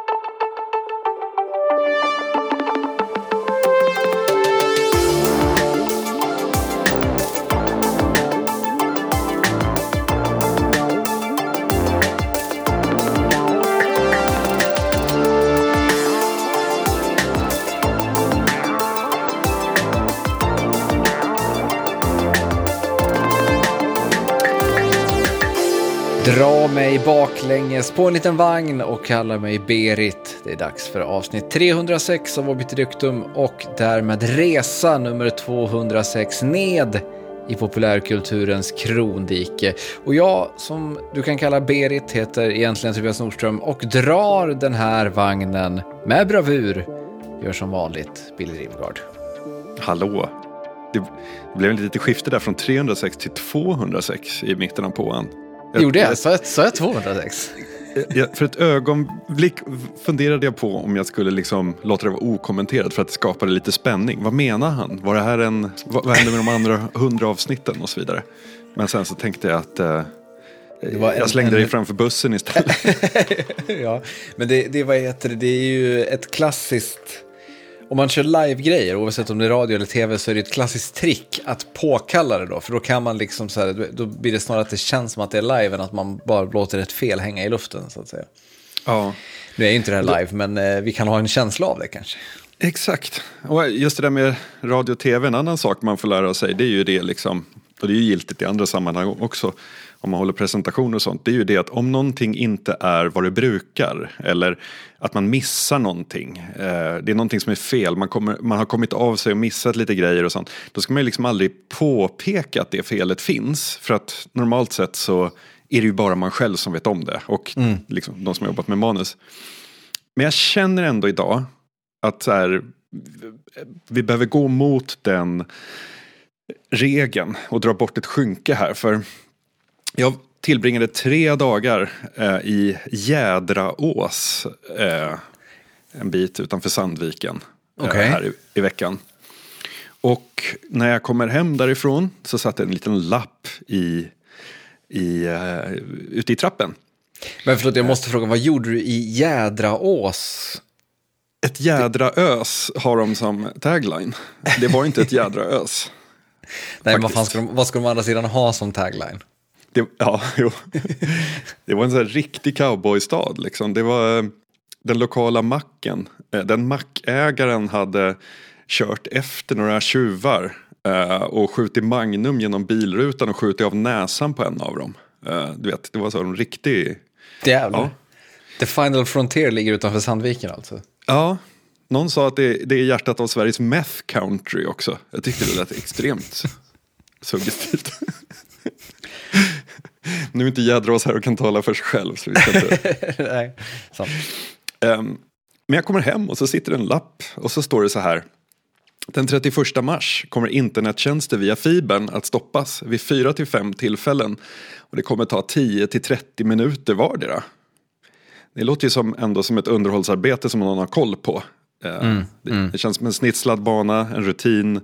Dra mig baklänges på en liten vagn och kalla mig Berit. Det är dags för avsnitt 306 av Obiterdictum och därmed resa nummer 206 ned i populärkulturens krondike. Och jag, som du kan kalla Berit, heter egentligen Tobias Nordström och drar den här vagnen med bravur. Gör som vanligt Billy Rimgard. Hallå. Det blev en litet skifte där från 306 till 206 i mitten av påan. Gjorde jag? Så jag 206? För ett ögonblick funderade jag på om jag skulle liksom låta det vara okommenterat för att det skapade lite spänning. Vad menar han? Var det här vad hände med de andra 100 avsnitten och så vidare? Men sen så tänkte jag att jag slängde dig framför bussen istället. Ja, men det är ju ett klassiskt... Om man kör live-grejer, oavsett om det är radio eller tv, så är det ett klassiskt trick att påkalla det då. För då kan man liksom så här, då blir det snarare att det känns som att det är live än att man bara låter ett fel hänga i luften, så att säga. Ja. Nu är ju inte det här live, men vi kan ha en känsla av det kanske. Exakt. Och just det där med radio och tv, en annan sak man får lära sig, det är ju det liksom, och det är ju giltigt i andra sammanhang också, om man håller presentationer och sånt, det är ju det att om någonting inte är vad det brukar, eller att man missar någonting, det är någonting som är fel, man har kommit av sig och missat lite grejer och sånt, då ska man ju liksom aldrig påpeka att det felet finns, för att normalt sett så är det ju bara man själv som vet om det, och liksom de som har jobbat med manus. Men jag känner ändå idag att så här, vi behöver gå mot den regeln och dra bort ett skynke här, för jag tillbringade 3 dagar i Jädraås, en bit utanför Sandviken, här i veckan. Och när jag kommer hem därifrån så satt en liten lapp ute i trappen. Men förlåt, jag måste fråga, vad gjorde du i Jädraås? Ett jädra ös har de som tagline. Det var inte ett jädra ös. Nej, men vad ska de andra sidan ha som tagline? Det var en sån här riktig cowboystad liksom. Det var den lokala macken. Den mackägaren hade kört efter några tjuvar och skjutit magnum genom bilrutan och skjutit av näsan på en av dem. Du vet, det var så en riktig... Jävlar. Ja. The Final Frontier ligger utanför Sandviken alltså. Ja, någon sa att det är hjärtat av Sveriges meth country också. Jag tyckte det lät extremt suggestivt. Nu är inte Jädraås här och kan tala för sig själv. Så vi ska inte... Nej, sant. Men jag kommer hem och så sitter en lapp och så står det så här: den 31 mars kommer internettjänster via fibern att stoppas vid 4-5 tillfällen och det kommer ta 10-30 minuter vardera. Det låter ju ändå som ett underhållsarbete som någon har koll på. Det känns som en snitslad bana, en rutin.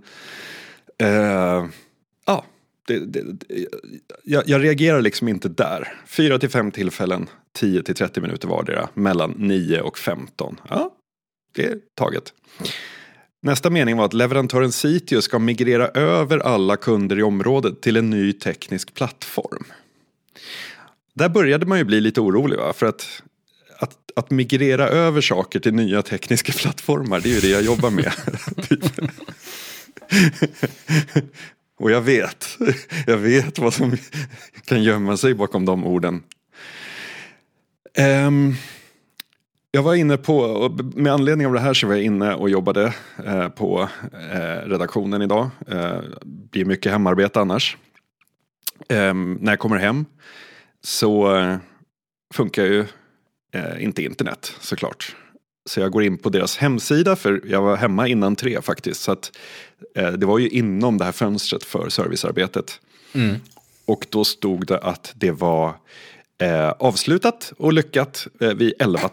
Jag reagerar liksom inte där. 4-5 tillfällen, 10-30 minuter vardera, mellan 9 och 15. Ja, det är taget. Nästa mening var att leverantören Sitio ska migrera över alla kunder i området till en ny teknisk plattform. Där började man ju bli lite orolig, va? För att migrera över saker till nya tekniska plattformar, det är ju det jag jobbar med. Och jag vet vad som kan gömma sig bakom de orden. Jag var inne på, med anledning av det här så var jag inne och jobbade på redaktionen idag. Det blir mycket hemarbete annars. När jag kommer hem så funkar ju inte internet såklart. Så jag går in på deras hemsida, för jag var hemma innan 3 faktiskt. Så att det var ju inom det här fönstret för servicearbetet. Och då stod det att det var avslutat och lyckat vid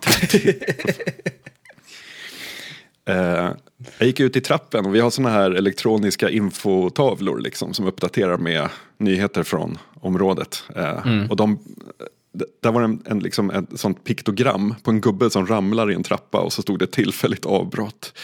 11:30. Jag gick ut i trappen och vi har såna här elektroniska infotavlor liksom, som uppdaterar med nyheter från området. Och där var liksom ett sånt piktogram på en gubbe som ramlar i en trappa och så stod det tillfälligt avbrott.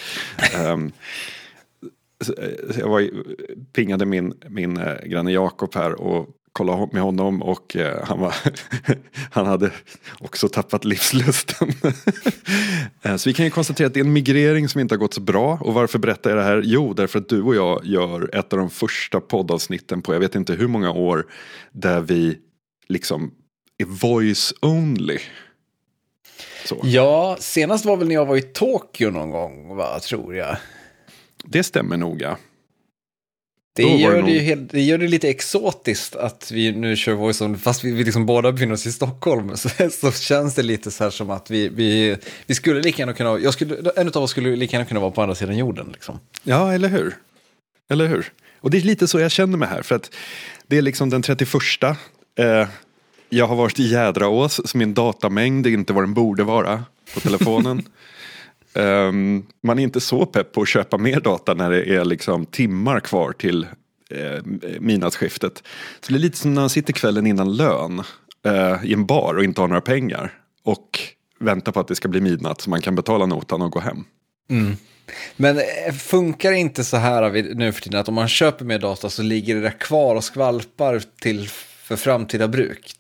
Så pingade min granne Jakob här och kollade med honom och han hade också tappat livslusten. Så vi kan ju konstatera att det är en migrering som inte har gått så bra. Och varför berättar jag det här? Jo, därför att du och jag gör ett av de första poddavsnitten på jag vet inte hur många år där vi liksom är voice only. Så. Ja, senast var väl när jag var i Tokyo någon gång, tror jag. Det stämmer noga. Det gör det lite exotiskt att vi nu kör voice on, fast vi liksom båda befinner oss i Stockholm, så känns det lite så här som att vi skulle lika gärna kunna, en av oss skulle lika gärna kunna vara på andra sidan jorden liksom. Ja, eller hur? Eller hur? Och det är lite så jag känner mig här, för att det är liksom den 31. Jag har varit i Jädraås, så min datamängd är inte vad den borde vara på telefonen. Man är inte så pepp på att köpa mer data när det är liksom timmar kvar till midnattsskiftet. Så det är lite som när man sitter kvällen innan lön i en bar och inte har några pengar och väntar på att det ska bli midnatt så man kan betala notan och gå hem. Mm. Men funkar det inte så här nu för tiden att om man köper mer data så ligger det där kvar och skvalpar för framtida bruk?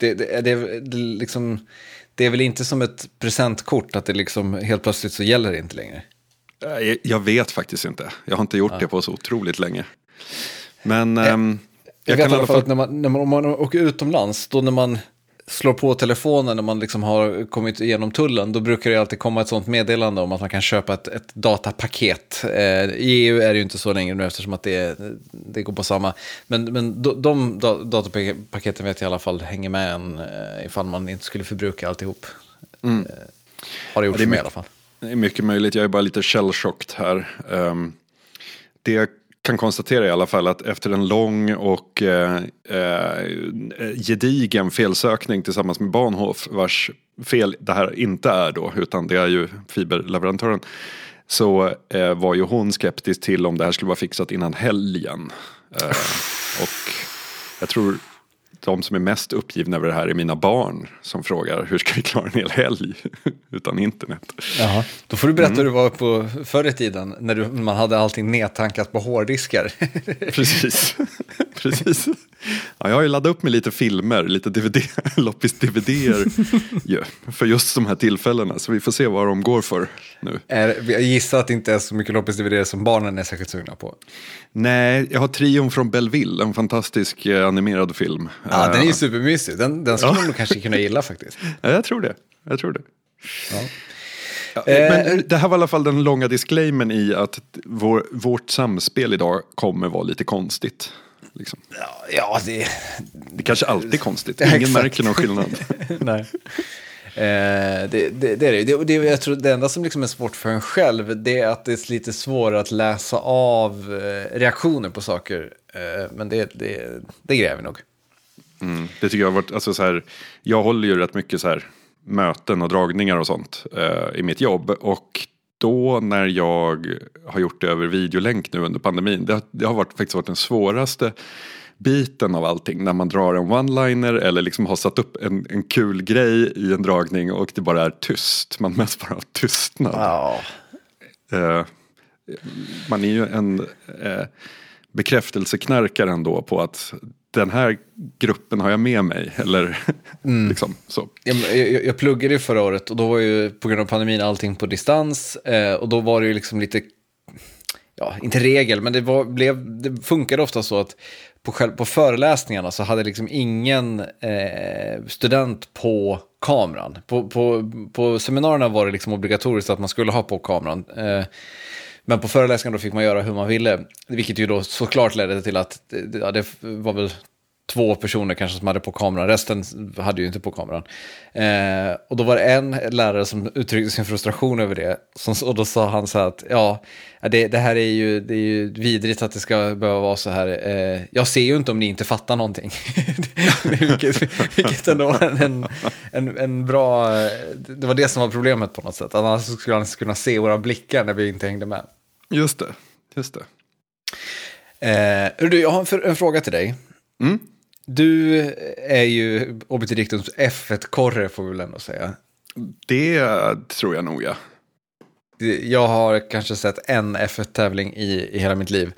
Det är väl inte som ett presentkort att det liksom helt plötsligt så gäller det inte längre? Jag vet faktiskt inte. Jag har inte gjort det på så otroligt länge. Men jag vet i alla fall att när man åker utomlands, då när man slår på telefonen när man liksom har kommit igenom tullen, då brukar det alltid komma ett sånt meddelande om att man kan köpa ett datapaket. I EU är det ju inte så längre nu eftersom att det går på samma. Men de datapaketen vet jag i alla fall hänger med en ifall man inte skulle förbruka alltihop. Har det gjort det med i alla fall. Det är mycket möjligt, jag är bara lite shell-shocked här. Det jag kan konstatera i alla fall att efter en lång och gedigen felsökning tillsammans med Bahnhof, vars fel det här inte är då, utan det är ju fiberleverantören, så var ju hon skeptisk till om det här skulle vara fixat innan helgen. Och jag tror de som är mest uppgivna över det här är mina barn som frågar hur ska vi klara en hel helg utan internet. Jaha. Då får du berätta hur det var på förr i tiden när man hade allting nedtankat på hårddiskar. Precis. Ja, jag har ju laddat upp med lite filmer, lite loppis-DVD:er för just de här tillfällena, så vi får se vad de går för nu. Jag gissar att det inte är så mycket loppis-DVD:er som barnen är säkert sugna på. Nej, jag har Trion från Belleville, en fantastisk animerad film. Ja, den är ju supermysig. Den skulle man nog kanske kunna gilla faktiskt. Ja, jag tror det. Ja. Ja, men det här var i alla fall den långa disclaimern i att vårt samspel idag kommer vara lite konstigt. Liksom. Ja, det kanske alltid är konstigt. Ingen märker någon skillnad. Nej. Det är det. Jag tror det enda som liksom är svårt för en själv, det är att det är lite svårare att läsa av reaktioner på saker. Men det gräver vi nog. Det tycker jag har varit, alltså så här, jag håller ju rätt mycket så här möten och dragningar och sånt i mitt jobb, och då när jag har gjort det över videolänk nu under pandemin, det har faktiskt varit den svåraste biten av allting, när man drar en one-liner eller liksom har satt upp en kul grej i en dragning och det bara är tyst, man mest bara har tystnad. Man är ju en bekräftelseknarkare ändå på att den här gruppen har jag med mig, eller liksom så. Jag pluggade förra året och då var ju på grund av pandemin allting på distans, och då var det ju liksom lite, inte regel, men det funkade ofta så att på föreläsningarna så hade liksom ingen student på kameran. På seminarierna var det liksom obligatoriskt att man skulle ha på kameran. Men på föreläsningarna då fick man göra hur man ville. Vilket ju då såklart ledde till att det var väl 2 personer kanske som hade på kameran. Resten hade ju inte på kameran. Och då var det en lärare som uttryckte sin frustration över det. Och då sa han så här att det här är ju vidrigt att det ska behöva vara så här. Jag ser ju inte om ni inte fattar någonting. vilket ändå var en bra... Det var det som var problemet på något sätt. Annars skulle han kunna se våra blickar när vi inte hängde med. Just det. Jag har en fråga till dig. Du är ju Obiter-Dictums F1-korre får vi väl ändå säga. Det tror jag nog, ja. Jag har kanske sett en F1-tävling i hela mitt liv.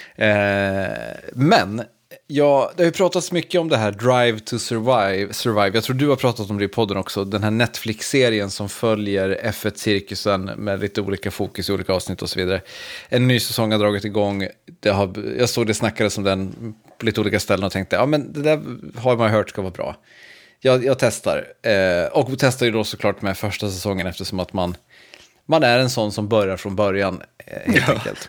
Men det har ju pratats mycket om det här Drive to Survive. Jag tror du har pratat om det i podden också. Den här Netflix-serien som följer F1-cirkusen med lite olika fokus i olika avsnitt och så vidare. En ny säsong har dragit igång. Jag såg det snackades om den på lite olika ställen och tänkte, ja men det där har man hört ska vara bra. Jag testar. Och testar ju då såklart med första säsongen eftersom att man är en sån som börjar från början helt enkelt.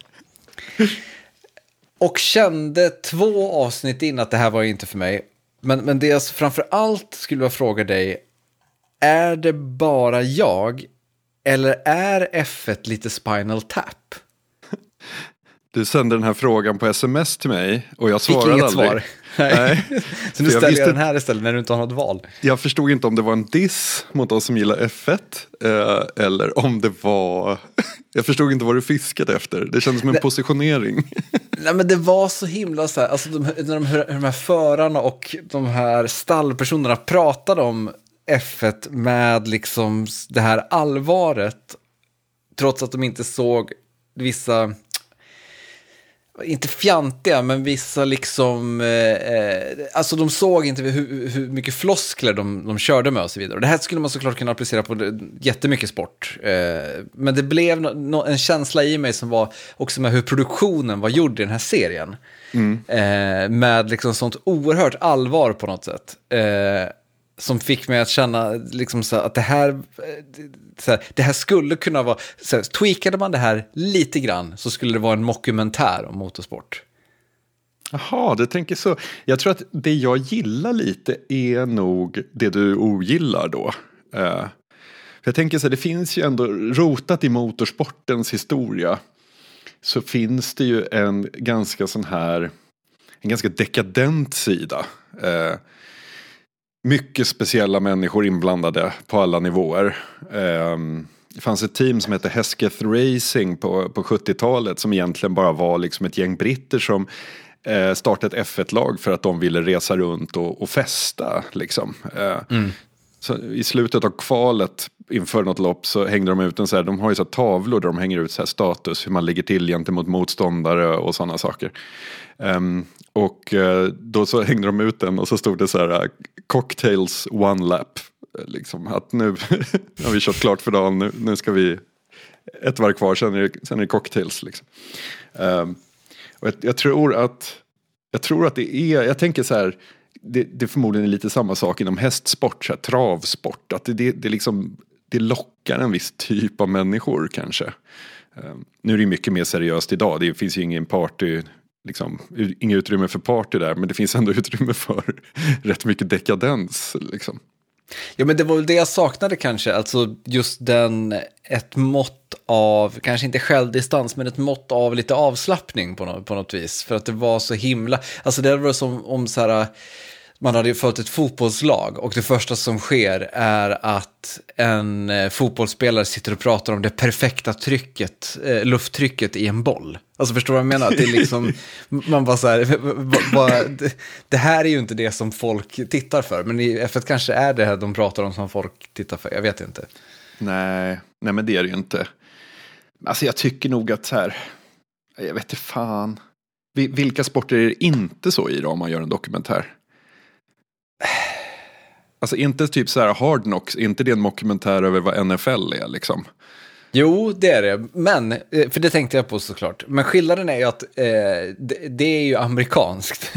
Och kände 2 avsnitt in att det här var inte för mig. Men det jag framför allt skulle jag fråga dig, är det bara jag eller är F1 lite Spinal Tap? Du sände den här frågan på sms till mig och jag svarade inget aldrig. Svar. Nej. Så nu ställer jag den här istället när du inte har något val. Jag förstod inte om det var en diss mot oss som gillar F1 eller om det var... Jag förstod inte vad du fiskade efter. Det kändes som en positionering. Nej, men det var så himla så här, alltså hur de här förarna och de här stallpersonerna pratade om F1 med liksom det här allvaret, trots att de inte såg vissa, inte fjantiga, men vissa liksom, alltså de såg inte hur mycket floskler de körde med och så vidare. Och det här skulle man såklart kunna applicera på jättemycket sport. Men det blev en känsla i mig som var också med hur produktionen var gjord i den här serien. Med liksom sånt oerhört allvar på något sätt. Som fick mig att känna liksom så att det här skulle kunna vara, så här, tweakade man det här lite grann så skulle det vara en mockumentär om motorsport. Jaha, du tänker så. Jag tror att det jag gillar lite är nog det du ogillar då. För jag tänker så här, det finns ju ändå rotat i motorsportens historia, så finns det ju en ganska dekadent sida. Mycket speciella människor inblandade på alla nivåer. Det fanns ett team som hette Hesketh Racing på 70-talet som egentligen bara var liksom ett gäng britter som startade ett F1-lag för att de ville resa runt och festa. Liksom. Så i slutet av kvalet inför något lopp så hängde de ut en så här, de har ju så här tavlor där de hänger ut så här status, hur man ligger till gentemot motståndare och sådana saker. Och då så hängde de ut den och så stod det så här cocktails one lap, liksom att nu har vi kört klart för dagen, nu ska vi ett varv kvar, sen är det cocktails liksom. Och jag tror att det är, jag tänker så här, det förmodligen är lite samma sak inom hästsport, så här, travsport, att det liksom, det lockar en viss typ av människor kanske. Nu är det mycket mer seriöst idag, det finns ju ingen party, liksom, inget utrymme för party där, men det finns ändå utrymme för rätt mycket dekadens liksom. Ja, men det var väl det jag saknade kanske, alltså just ett mått av, kanske inte självdistans, men ett mått av lite avslappning på något vis, för att det var så himla, alltså det var som om så här, man hade ju följt ett fotbollslag och det första som sker är att en fotbollsspelare sitter och pratar om det perfekta trycket, lufttrycket i en boll. Alltså förstår du vad jag menar? Att det är liksom, man bara så här, det här är ju inte det som folk tittar för, men i F1 kanske är det här de pratar om som folk tittar för, jag vet inte. Nej, men det är det ju inte. Alltså jag tycker nog att så här, jag vet inte fan, vilka sporter är det inte så i då om man gör en dokumentär? Alltså inte typ så här Hard Knocks, inte det en mockumentär över vad NFL är liksom. Jo, det är det. Men, för det tänkte jag på såklart. Men skillnaden är ju att det är ju amerikanskt.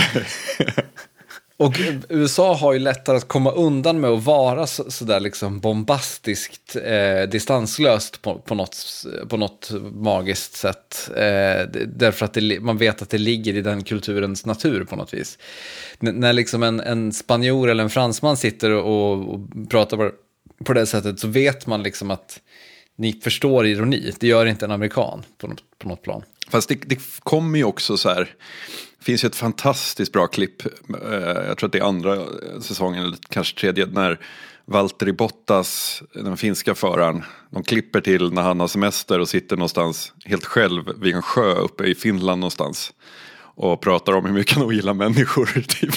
Och USA har ju lättare att komma undan med att vara så där liksom bombastiskt distanslöst på något magiskt sätt. Därför att man vet att det ligger i den kulturens natur på något vis. När liksom en spanjor eller en fransman sitter och pratar på det sättet, så vet man liksom att ni förstår ironi. Det gör inte en amerikan på något plan. Fast det kommer ju också så här. Det finns ju ett fantastiskt bra klipp. Jag tror att det är andra säsongen eller kanske tredje, när Valtteri Bottas, den finska föraren, de klipper till när han har semester och sitter någonstans helt själv vid en sjö uppe i Finland någonstans. och pratar om hur mycket de gillar människor. Typ.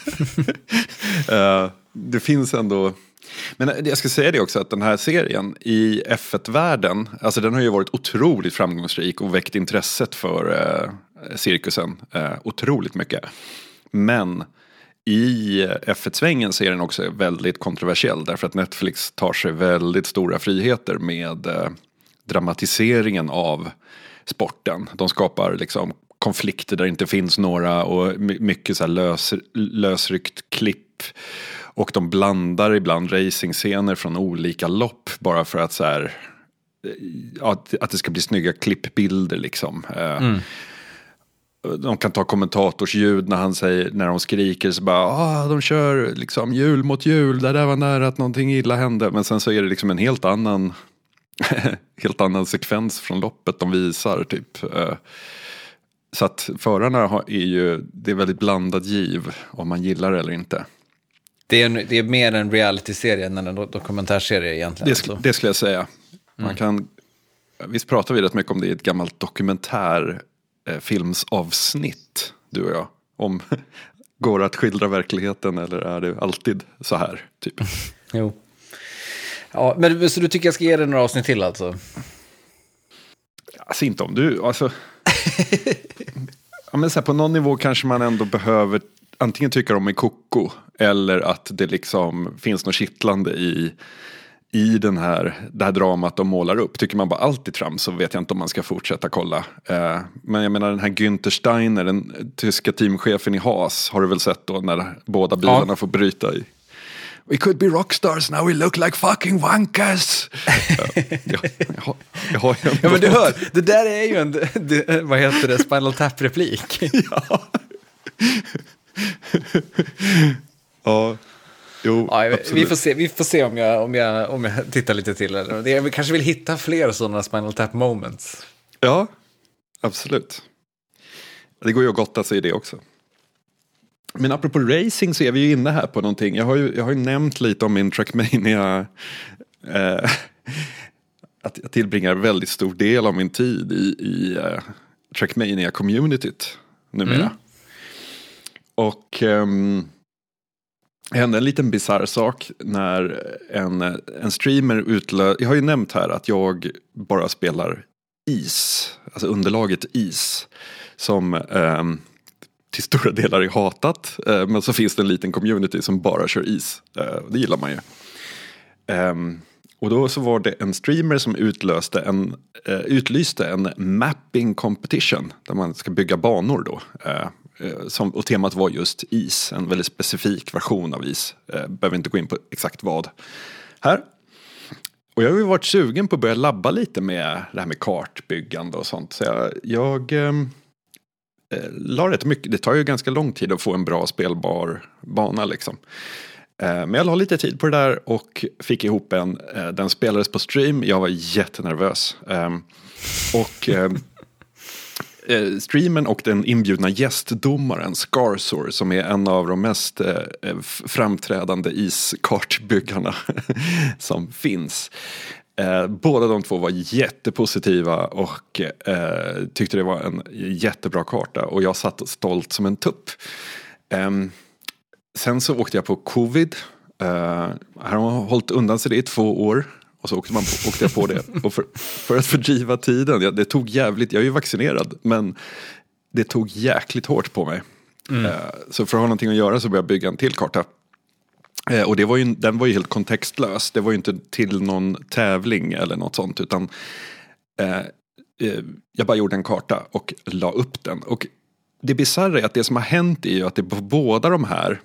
Det finns ändå... Men jag ska säga det också att den här serien i F1-världen, alltså den har ju varit otroligt framgångsrik och väckt intresset för cirkusen otroligt mycket. Men i F1-svängen så är den också väldigt kontroversiell därför att Netflix tar sig väldigt stora friheter med dramatiseringen av sporten. De skapar liksom konflikter där det inte finns några och mycket så här lösryckt klipp. Och de blandar ibland racingscener från olika lopp bara för att så här, att det ska bli snygga klippbilder liksom. De kan ta kommentatorsljud när de skriker så bara, de kör liksom hjul mot hjul, där var nära att någonting illa hände. Men sen så är det liksom en helt annan helt annan sekvens från loppet de visar typ. Så att förarna det är väldigt blandad giv om man gillar det eller inte. Det är mer en reality-serie än en dokumentärserie egentligen. Det skulle jag säga. Man kan, visst pratar vi rätt mycket om det i ett gammalt dokumentärfilmsavsnitt, du och jag. Om går det att skildra verkligheten eller är det alltid så här, typ? Jo. Ja, men så du tycker jag ska ge dig några avsnitt till alltså? Alltså inte om du, alltså... ja, men så här, på någon nivå kanske man ändå behöver antingen tycka om en koko eller att det liksom finns något kittlande i det här dramat de målar upp. Tycker man bara alltid fram så vet jag inte om man ska fortsätta kolla. Men jag menar den här Günther Steiner, den tyska teamchefen i Haas, har du väl sett då när båda bilarna får bryta i. We could be rockstars, now we look like fucking wankers. Ja, men du hör, det där är ju vad heter det, Spinal Tap-replik. Ja. Ja. Jo, ja, vi får se om jag tittar lite till. Jag kanske vill hitta fler sådana Spinal Tap moments. Ja, absolut. Det går ju att gotta sig i det också. Men apropå racing så är vi ju inne här på någonting. Jag har ju nämnt lite om min Trackmania. Att jag tillbringar väldigt stor del av min tid i Trackmania-communityt numera. Och hände en liten bizarr sak när en streamer jag har ju nämnt här att jag bara spelar is, alltså underlaget is, som till stora delar är hatat, men så finns det en liten community som bara kör is. Det gillar man ju. Och då så var det en streamer som utlyste en mapping competition där man ska bygga banor då. Och temat var just is, en väldigt specifik version av is. Behöver inte gå in på exakt vad här. Och jag har ju varit sugen på att börja labba lite med det här med kartbyggande och sånt. Så jag la rätt mycket. Det tar ju ganska lång tid att få en bra spelbar bana liksom. Men jag la lite tid på det där och fick ihop den spelades på stream. Jag var jättenervös. Streamen och den inbjudna gästdomaren Scarsor, som är en av de mest framträdande iskartbyggarna som finns. Båda de två var jättepositiva och tyckte det var en jättebra karta och jag satt stolt som en tupp. Sen så åkte jag på covid. Här har man hållit undan sig det i 2 år. Och så åkte jag på det. Och för att fördriva tiden, det tog jävligt, jag är ju vaccinerad, men det tog jäkligt hårt på mig. Så för att ha någonting att göra så började jag bygga en till karta. Och den var ju helt kontextlös. Det var ju inte till någon tävling eller något sånt, utan jag bara gjorde en karta och la upp den. Och det bizarra är att det som har hänt är ju att det på båda de här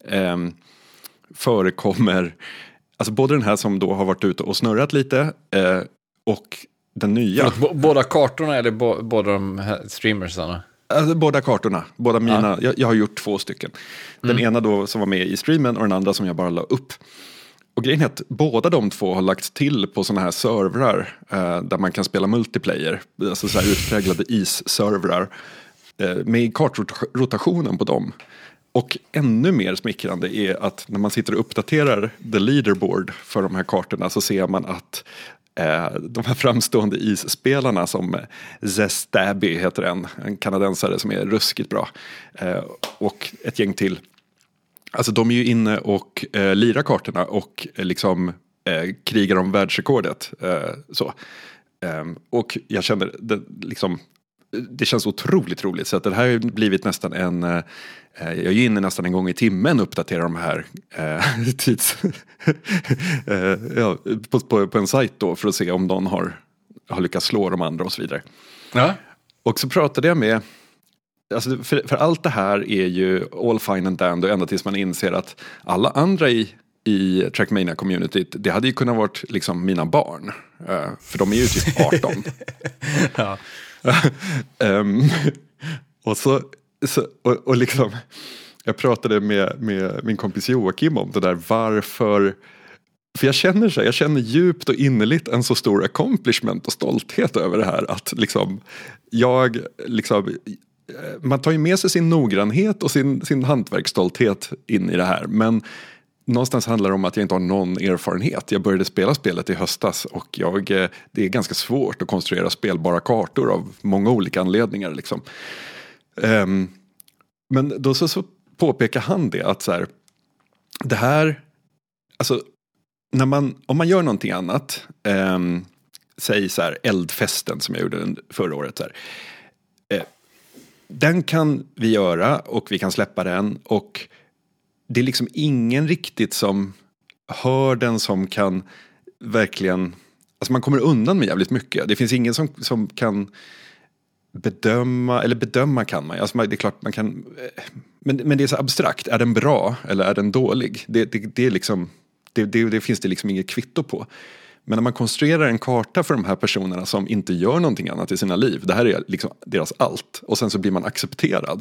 förekommer, alltså både den här som då har varit ute och snurrat lite och den nya. Båda kartorna eller båda de här streamersarna? Alltså, båda kartorna, båda mina, jag har gjort 2 stycken. Den ena då som var med i streamen och den andra som jag bara la upp. Och grejen är att båda de 2 har lagts till på såna här servrar där man kan spela multiplayer. Alltså så här utpräglade is-servrar med kartrotationen på dem. Och ännu mer smickrande är att när man sitter och uppdaterar the leaderboard för de här kartorna så ser man att de här framstående isspelarna som Zestabby heter en kanadensare som är ruskigt bra. Och ett gäng till. Alltså de är ju inne och lirar kartorna och liksom krigar om världsrekordet. Så. Och jag känner det känns otroligt roligt, så att det här har blivit nästan jag är ju inne nästan en gång i timmen och uppdaterar de här på en sajt då för att se om någon har lyckats slå de andra och så vidare. Ja. Och så pratade jag med, alltså för allt det här är ju all fine and dandy ända tills man inser att alla andra i Trackmania-communityt, det hade ju kunnat varit liksom mina barn. För de är ju typ 18. Ja. Och liksom jag pratade med min kompis Joakim om det där, varför, för jag känner djupt och innerligt en så stor accomplishment och stolthet över det här, att man tar ju med sig sin noggrannhet och sin hantverksstolthet in i det här, men någonstans handlar det om att jag inte har någon erfarenhet. Jag började spela spelet i höstas och det är ganska svårt att konstruera spelbara kartor av många olika anledningar. Liksom. Men då så påpekar han det att så här, det här, alltså om man gör någonting annat, säg så här eldfesten som jag gjorde förra året så här, den kan vi göra och vi kan släppa den, och det är liksom ingen riktigt som hör den som kan verkligen, alltså man kommer undan med jävligt mycket. Det finns ingen som kan bedöma kan man. Alltså det är klart man kan, men det är så abstrakt. Är den bra eller är den dålig? Det är liksom, det finns det liksom inget kvitto på. Men när man konstruerar en karta för de här personerna som inte gör någonting annat i sina liv, det här är liksom deras allt, och sen så blir man accepterad.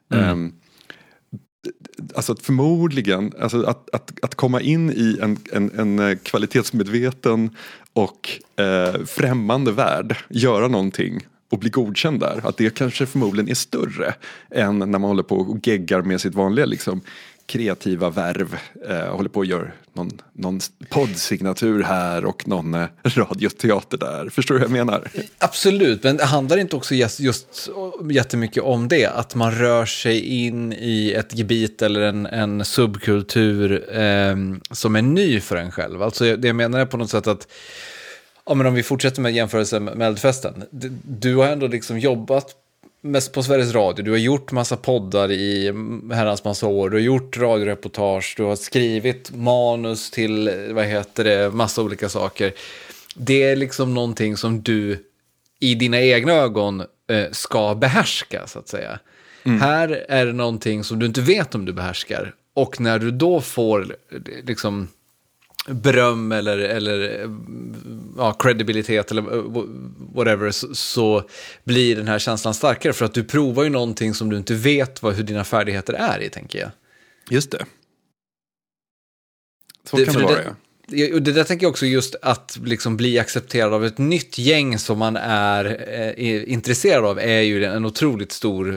Alltså att förmodligen, alltså att komma in i en kvalitetsmedveten och främmande värld, göra någonting och bli godkänd där, att det kanske förmodligen är större än när man håller på och geggar med sitt vanliga liksom kreativa värv, håller på och gör någon poddsignatur här och någon radioteater där. Förstår du hur jag menar? Absolut, men det handlar inte också just jättemycket om det, att man rör sig in i ett gebit eller en subkultur som är ny för en själv. Alltså det jag menar är på något sätt att, ja, men om vi fortsätter med jämförelsen med Eldfesten, du har ändå liksom jobbat mest på Sveriges Radio, du har gjort massa poddar i herrans massa år, du har gjort radioreportage, du har skrivit manus till, massa olika saker. Det är liksom någonting som du i dina egna ögon ska behärska, så att säga. Här är det någonting som du inte vet om du behärskar, och när du då får liksom beröm eller credibilitet eller whatever, så blir den här känslan starkare, för att du provar ju någonting som du inte vet hur dina färdigheter är i, tänker jag. Just det. Så kan det vara, ja. Och det där tänker jag också, just att liksom bli accepterad av ett nytt gäng som man är intresserad av, är ju en otroligt stor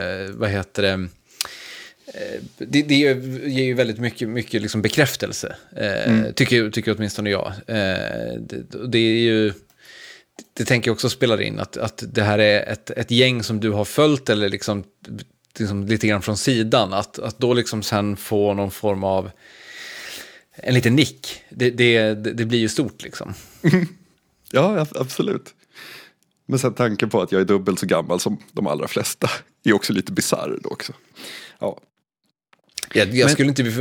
det ger ju väldigt mycket liksom bekräftelse, tycker åtminstone jag. Det är ju, det tänker jag också spelar in, att det här är ett gäng som du har följt, eller liksom lite grann från sidan, att då liksom sen få någon form av en liten nick, det blir ju stort liksom. Ja, absolut. Men sen tanken på att jag är dubbelt så gammal som de allra flesta är också lite bizarr då också. Ja. Jag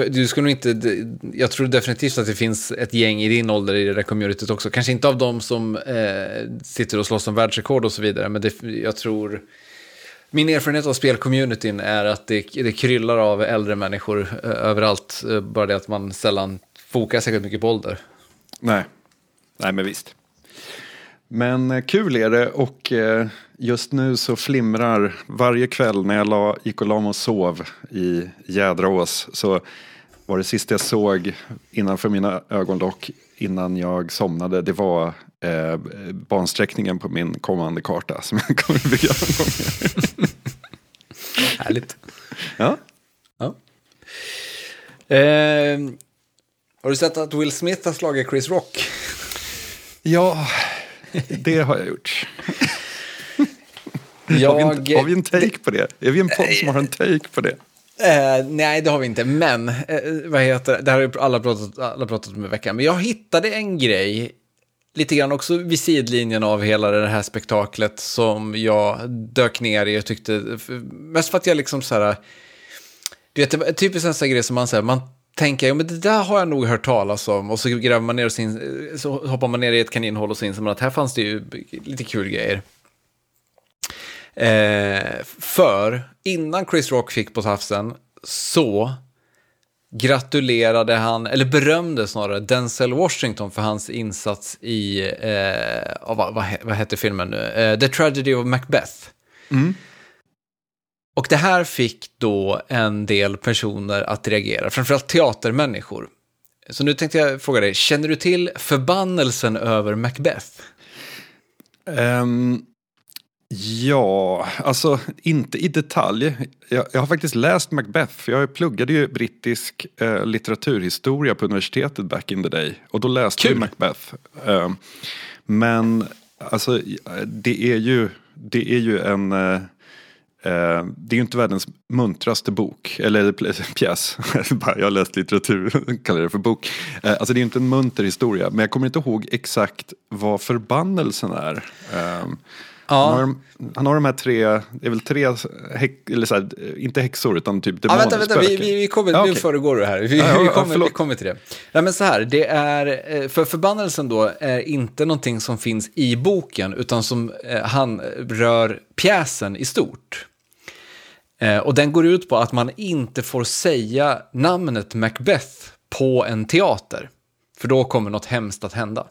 tror definitivt att det finns ett gäng i din ålder i det där communityt också. Kanske inte av dem som sitter och slåss om världsrekord och så vidare, men jag tror, min erfarenhet av spelcommunityn är att det kryllar av äldre människor överallt, bara det att man sällan fokar särskilt mycket på ålder. Nej, men visst. Men kul är det, och just nu så flimrar varje kväll när jag gick och la mig och sov i Jädraås, så var det sista jag såg innanför mina ögonlock innan jag somnade, det var bansträckningen på min kommande karta som jag kommer att bygga någon gång. Härligt. Ja. Har du sett att Will Smith har slagit Chris Rock? Ja, det har jag gjort. Har vi en take på det? Är vi en podd som har en take på det? Nej, det har vi inte. Men, vad heter det? Här har alla pratat om i veckan. Men jag hittade en grej, lite grann också vid sidlinjen av hela det här spektaklet, som jag dök ner i och tyckte, mest för att jag liksom så här, du vet, det var typiskt en sån här grej som man säger, man tänker, ja men det där har jag nog hört talas om, och så gräver man ner och så hoppar man ner i ett kaninhål och så inser man att här fanns det ju lite kul grejer. För innan Chris Rock fick på tafsen så gratulerade han, eller berömde snarare, Denzel Washington för hans insats i vad hette filmen nu? The Tragedy of Macbeth. Och det här fick då en del personer att reagera, framförallt teatermänniskor. Så nu tänkte jag fråga dig, känner du till förbannelsen över Macbeth? Ja, alltså inte i detalj. Jag har faktiskt läst Macbeth, för jag pluggade ju brittisk litteraturhistoria på universitetet back in the day. Och då läste jag Macbeth. Men alltså det är ju en... det är ju inte världens muntraste bok, eller pjäs. Jag har läst litteratur, kallar det för bok. Alltså det är ju inte en munter historia, men jag kommer inte ihåg exakt vad förbannelsen är. Ja. Han har de här tre, det är väl tre eller så här, inte häxor utan typ demoner. Vänta, vi kommer, nu föregår du här. Vi kommer till det. Ja, men så här, det är, för förbannelsen då är inte någonting som finns i boken, utan som han rör pjäsen i stort. Och den går ut på att man inte får säga namnet Macbeth på en teater, för då kommer något hemskt att hända.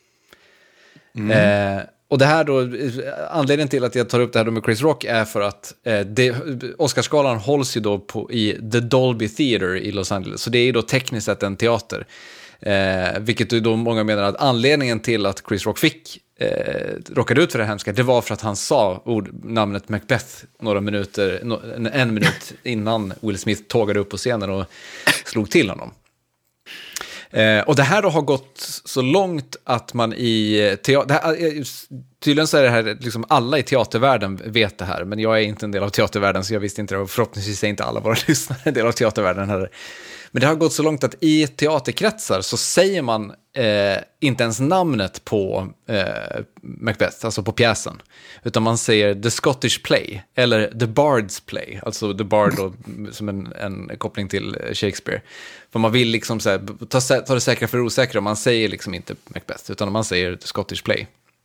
Och det här då, anledningen till att jag tar upp det här då med Chris Rock är för att Oscarsgalan hålls ju då i The Dolby Theater i Los Angeles. Så det är ju då tekniskt sett en teater. Vilket då många menar att anledningen till att Chris Rock råkade ut för det hemska, det var för att han sa namnet Macbeth några minuter, en minut innan Will Smith tågade upp på scenen och slog till honom. Och det här då har gått så långt att man i tydligen så är det här liksom, alla i teatervärlden vet det här, men jag är inte en del av teatervärlden, så jag visste inte det, och förhoppningsvis är inte alla våra lyssnare en del av teatervärlden här. Men det har gått så långt att i teaterkretsar så säger man inte ens namnet på Macbeth, alltså på pjäsen, utan man säger The Scottish Play eller The Bard's Play, alltså The Bard då, som en koppling till Shakespeare. För man vill liksom så här, ta det säkra för osäkra, och man säger liksom inte Macbeth, utan man säger The Scottish Play.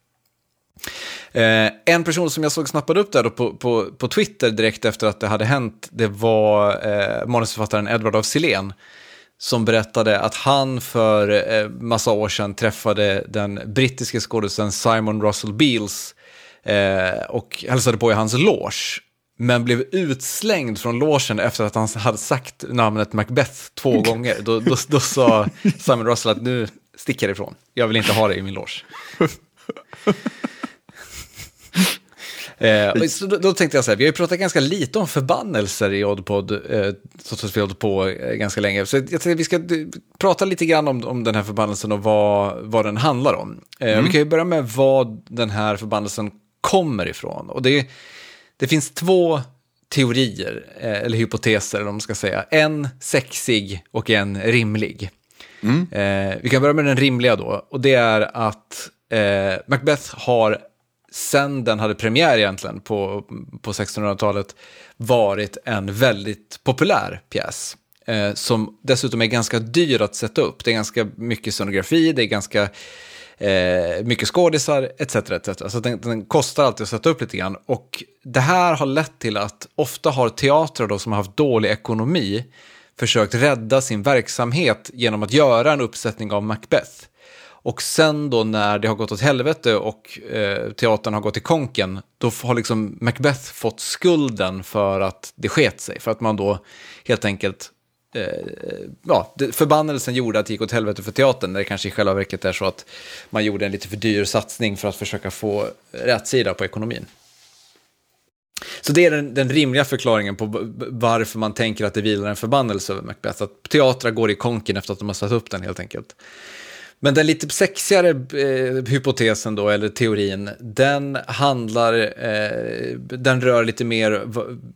En person som jag såg snappade upp där då på Twitter direkt efter att det hade hänt, det var manusförfattaren Edward af Sillén, som berättade att han för massa år sedan träffade den brittiske skådespelaren Simon Russell Beales och hälsade på i hans loge, men blev utslängd från logen efter att han hade sagt namnet Macbeth 2 gånger. Då sa Simon Russell att nu sticker ifrån. Jag vill inte ha det i min loge. Så då tänkte jag så här, vi har ju pratat ganska lite om förbannelser i Oddpod, så att vi har hållit på ganska länge. Så jag tänkte vi ska prata lite grann om den här förbannelsen och vad den handlar om. Vi kan ju börja med vad den här förbannelsen kommer ifrån. Och det finns 2 teorier, eller hypoteser eller vad man ska säga. En sexig och en rimlig. Vi kan börja med den rimliga då. Och det är att Macbeth har, sen den hade premiär egentligen på 1600-talet, varit en väldigt populär pjäs. Som dessutom är ganska dyr att sätta upp. Det är ganska mycket scenografi, det är ganska mycket skådisar, etc. Så den kostar alltid att sätta upp lite grann. Och det här har lett till att ofta har teatrar då, som har haft dålig ekonomi, försökt rädda sin verksamhet genom att göra en uppsättning av Macbeth. Och sen då när det har gått åt helvete och teatern har gått i konken, då har liksom Macbeth fått skulden för att det sket sig. För att man då helt enkelt, förbannelsen gjorde att det gick åt helvete för teatern, när det kanske i själva verket är så att man gjorde en lite för dyr satsning för att försöka få rätt sida på ekonomin. Så det är den rimliga förklaringen på varför man tänker att det vilar en förbannelse över Macbeth. Att teatrar går i konken efter att de har satt upp den helt enkelt. Men den lite sexigare hypotesen då, eller teorin, den rör lite mer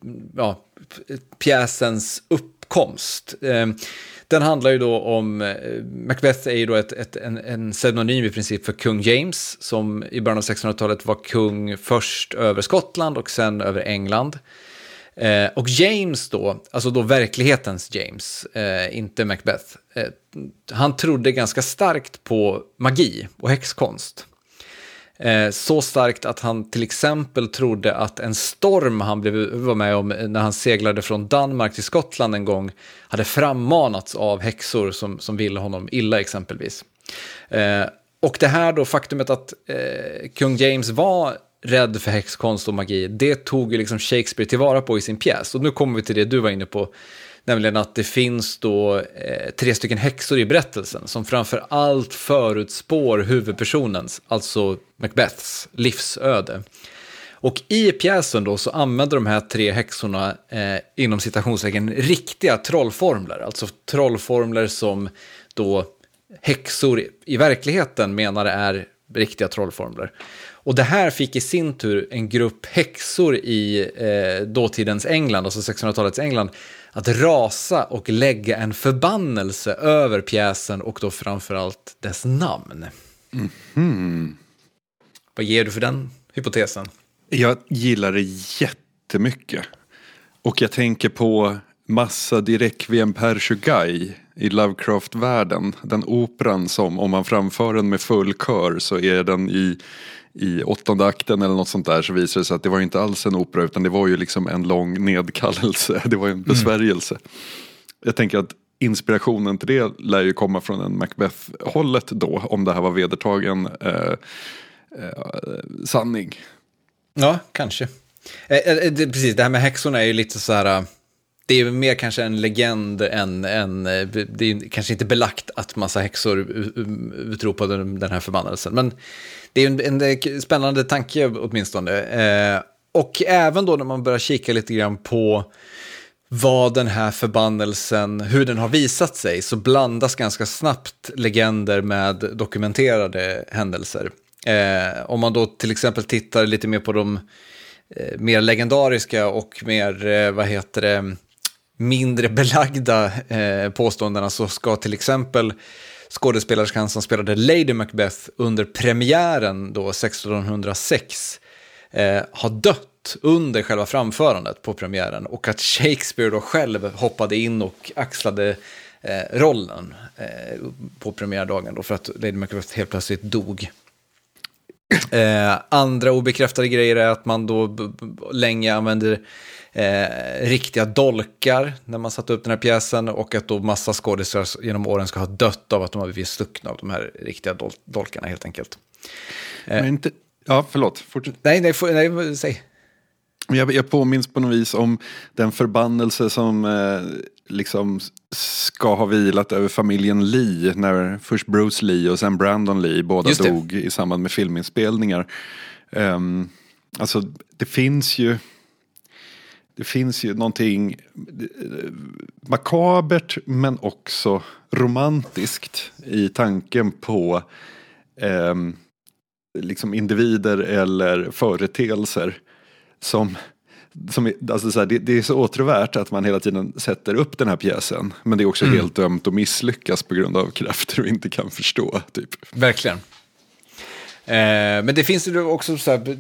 pjäsens uppkomst. Den handlar ju då om, Macbeth är ju då en pseudonym i princip för kung James, som i början av 1600-talet var kung först över Skottland och sen över England. Och James då, alltså då verklighetens James, inte Macbeth, han trodde ganska starkt på magi och häxkonst. Så starkt att han till exempel trodde att en storm han var med om när han seglade från Danmark till Skottland en gång hade frammanats av häxor som ville honom illa exempelvis. Och det här då faktumet att kung James var rädd för häxkonst och magi, det tog ju liksom Shakespeare tillvara på i sin pjäs. Och nu kommer vi till det du var inne på, nämligen att det finns då 3 stycken häxor i berättelsen som framför allt förutspår huvudpersonens, alltså Macbeths, livsöde. Och i pjäsen då så använder de här 3 häxorna inom citationstecken riktiga trollformler, alltså trollformler som då häxor i verkligheten menar är riktiga trollformler. Och det här fick i sin tur en grupp häxor i dåtidens England, alltså 1600-talets England, att rasa och lägga en förbannelse över pjäsen och då framförallt dess namn. Mm-hmm. Vad ger du för den hypotesen? Jag gillar det jättemycket. Och jag tänker på Massa di Requiem per Tjugai i Lovecraft-världen. Den operan som, om man framför den med full kör, så är den i 8:e akten eller något sånt där, så visar det sig att det var inte alls en opera, utan det var ju liksom en lång nedkallelse. Det var en besvärjelse. Jag tänker att inspirationen till det lär ju komma från en Macbeth-hållet då, om det här var vedertagen sanning. Ja, kanske. Precis, det här med häxorna är ju lite så här... Det är ju mer kanske en legend än det är kanske inte belagt att massa häxor utropade den här förbannelsen. Men det är ju en spännande tanke åtminstone. Och även då när man börjar kika lite grann på vad den här förbannelsen, hur den har visat sig, så blandas ganska snabbt legender med dokumenterade händelser. Om man då till exempel tittar lite mer på de mer legendariska och mer, mindre belagda påståendena, så ska till exempel skådespelerskan som spelade Lady Macbeth under premiären då 1606 ha dött under själva framförandet på premiären, och att Shakespeare då själv hoppade in och axlade rollen på premiärdagen då, för att Lady Macbeth helt plötsligt dog. Andra obekräftade grejer är att man då länge använder riktiga dolkar när man satte upp den här pjäsen, och att då massa skådespelare genom åren ska ha dött av att de har blivit stuckna av de här riktiga dolkarna helt enkelt. Men inte... Ja, förlåt. Fortsätt. Nej, säg. Jag påminns på något vis om den förbannelse som liksom ska ha vilat över familjen Lee, när först Bruce Lee och sen Brandon Lee båda dog i samband med filminspelningar. Alltså det finns ju någonting makabert men också romantiskt i tanken på liksom individer eller företeelser som alltså så här, det är så åtråvärt att man hela tiden sätter upp den här pjäsen, men det är också helt dömt att misslyckas på grund av krafter du inte kan förstå typ. Verkligen. Men det finns ju också så här,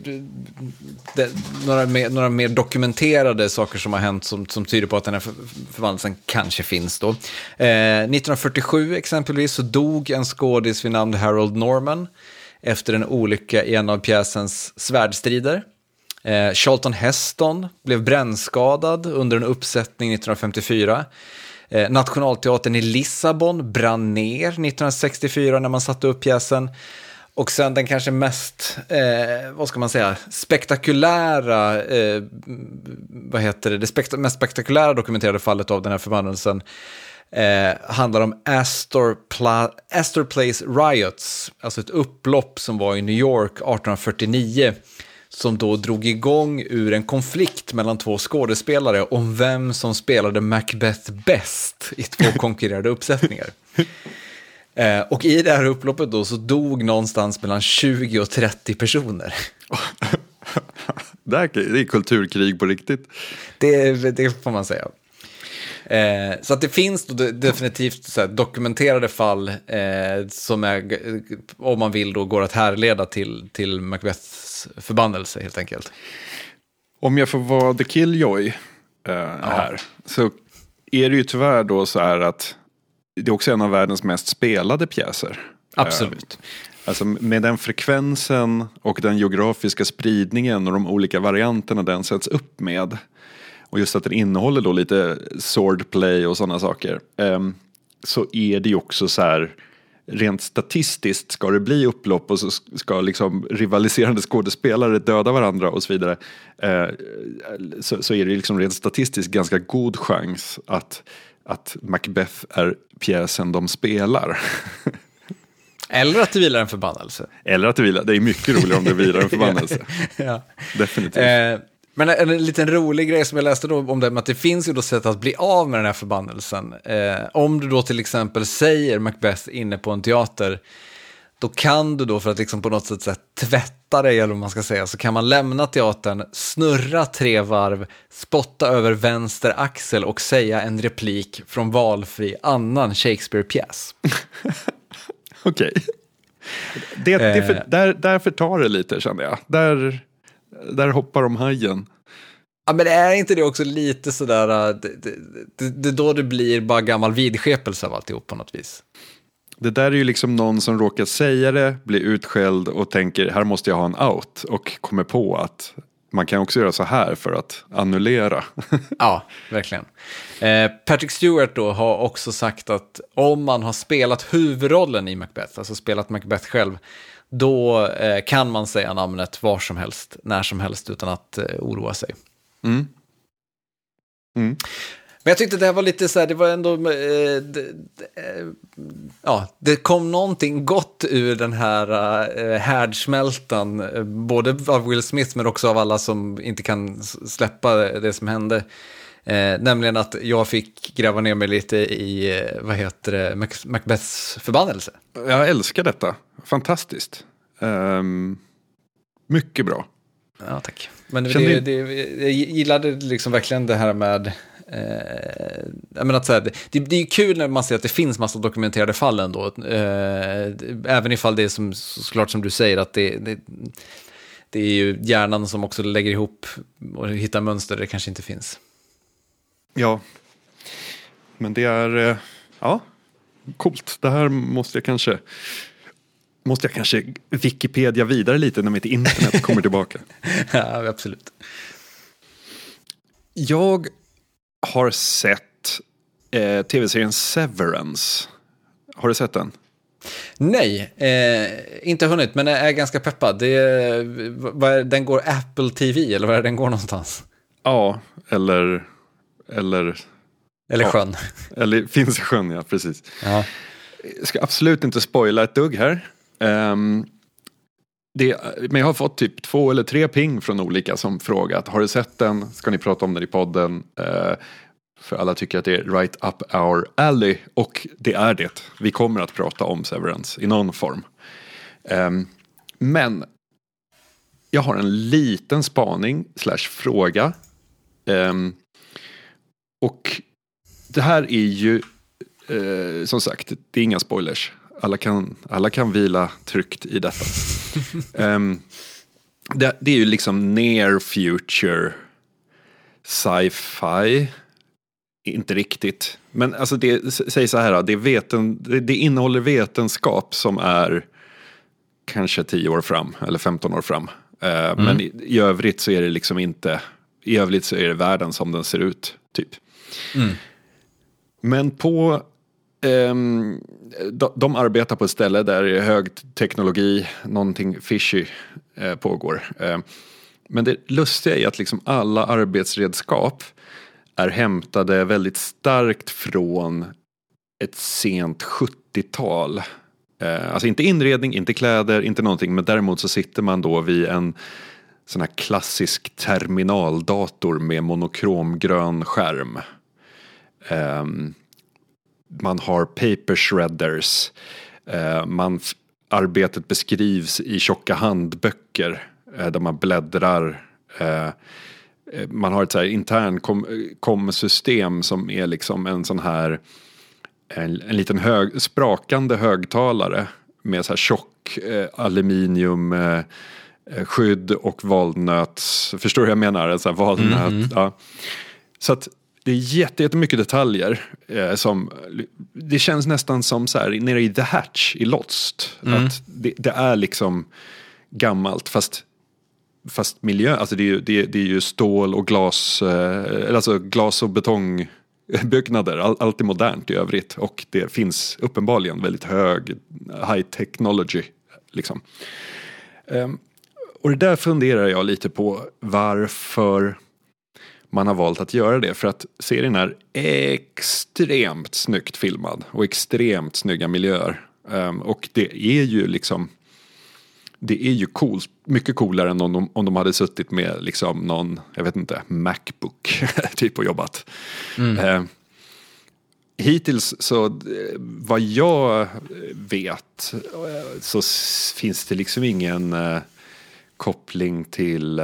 några mer dokumenterade saker som har hänt som tyder på att den här förvandlelsen kanske finns då. 1947 exempelvis så dog en skådis vid namn Harold Norman efter en olycka i en av pjäsens svärdstrider. Charlton Heston blev brännskadad under en uppsättning 1954. Nationalteatern i Lissabon brann ner 1964 när man satte upp pjäsen. Och sen den kanske mest, spektakulära, det mest spektakulära dokumenterade fallet av den här förbannelsen handlar om Astor Place Riots, alltså ett upplopp som var i New York 1849, som då drog igång ur en konflikt mellan 2 skådespelare om vem som spelade Macbeth bäst i 2 konkurrerande uppsättningar. Och i det här upploppet då så dog någonstans mellan 20 och 30 personer. Det är kulturkrig på riktigt. Det får man säga. Så att det finns då definitivt så här dokumenterade fall som är, om man vill då, går att härleda till Macbeths förbannelse helt enkelt. Om jag får vara the killjoy här, så är det ju tyvärr då så här att det är också en av världens mest spelade pjäser. Absolut. Alltså med den frekvensen och den geografiska spridningen och de olika varianterna den sätts upp med. Och just att den innehåller då lite swordplay och sådana saker. Så är det ju också så här, rent statistiskt ska det bli upplopp och så ska liksom rivaliserande skådespelare döda varandra och så vidare. Så är det liksom rent statistiskt ganska god chans att Macbeth är pjäsen de spelar. Eller att det vilar en förbannelse. Eller att det vilar. Det är mycket roligare om det vilar en förbannelse. Ja. Definitivt. Men en liten rolig grej som jag läste då om det, att det finns ju då sätt att bli av med den här förbannelsen. Om du då till exempel säger Macbeth inne på en teater, då kan du då, för att liksom på något sätt tvätta dig, eller vad man ska säga, så kan man lämna teatern, snurra 3 varv, spotta över vänster axel och säga en replik från valfri annan Shakespeare-pjäs. Okej. Därför tar det lite, känner jag. Där hoppar de hajen. Ja, men är inte det också lite sådär, det då det blir bara gammal vidskepelse av alltihop på något vis? Det där är ju liksom någon som råkar säga det, blir utskälld och tänker, här måste jag ha en out, och kommer på att man kan också göra så här för att annullera. Ja, verkligen. Patrick Stewart då har också sagt att om man har spelat huvudrollen i Macbeth, alltså spelat Macbeth själv, då kan man säga namnet var som helst, när som helst, utan att oroa sig. Mm. Mm. Men jag tyckte det här var lite så här, det var ändå, det kom någonting gott ur den här härdsmältan, både av Will Smith men också av alla som inte kan släppa det som hände. Nämligen att jag fick gräva ner mig lite i, Macbeths förbannelse. Jag älskar detta. Fantastiskt. Mycket bra. Ja, tack. Men jag gillade liksom verkligen det här med... jag menar att så här, det är ju kul när man ser att det finns massa dokumenterade fall ändå. Även ifall det är som, såklart som du säger, att det är ju hjärnan som också lägger ihop och hittar mönster där det kanske inte finns. Ja, men det är coolt. Det här måste jag kanske Wikipedia vidare lite när mitt internet kommer tillbaka. Ja, absolut. Jag har sett tv-serien Severance. Har du sett den? Nej, inte hunnit, men jag är ganska peppad. Den går Apple TV, eller var är den går någonstans? Ja, eller sjön. Eller finns i sjön, ja, precis. Ja. Jag ska absolut inte spoila ett dugg här. Men jag har fått typ 2 eller 3 ping från olika som frågat, har du sett den? Ska ni prata om den i podden? För alla tycker att det är right up our alley, och det är det. Vi kommer att prata om Severance i någon form. Men jag har en liten spaning / fråga. Och det här är ju som sagt, det är inga spoilers. Alla kan vila tryggt i detta. Det är ju liksom near future sci-fi. Inte riktigt. Men alltså säg så här, det innehåller vetenskap som är kanske 10 år fram eller 15 år fram. Men i övrigt så är det liksom inte, i övrigt så är det världen som den ser ut typ. Men på de arbetar på ett ställe där det är hög teknologi, någonting fishy pågår. Men det lustiga är att liksom alla arbetsredskap är hämtade väldigt starkt från ett sent 70-tal. Alltså inte inredning, inte kläder, inte någonting, men däremot så sitter man då vid en sån här klassisk terminaldator med monokromgrön skärm. Man har paper shredders. Arbetet beskrivs i tjocka handböcker där man bläddrar. Man har ett så här intern kom-system som är liksom en sån här en liten sprakande högtalare med så här tjock aluminium skydd och valnöts, förstår du vad jag menar? Så här valnöt, ja. Så att det är jättemycket detaljer som, det känns nästan som så här nere i The Hatch i Lost, att det är liksom gammalt fast miljö, alltså det är ju stål och glas, alltså glas och betongbyggnader, allt är modernt i övrigt, och det finns uppenbarligen väldigt hög high technology liksom. Och det där funderar jag lite på varför man har valt att göra det, för att serien är extremt snyggt filmad och extremt snygga miljöer, och det är ju liksom, det är ju coolt, mycket coolare än om de hade suttit med liksom någon, jag vet inte, Macbook typ och jobbat. Hittills så vad jag vet så finns det liksom ingen koppling till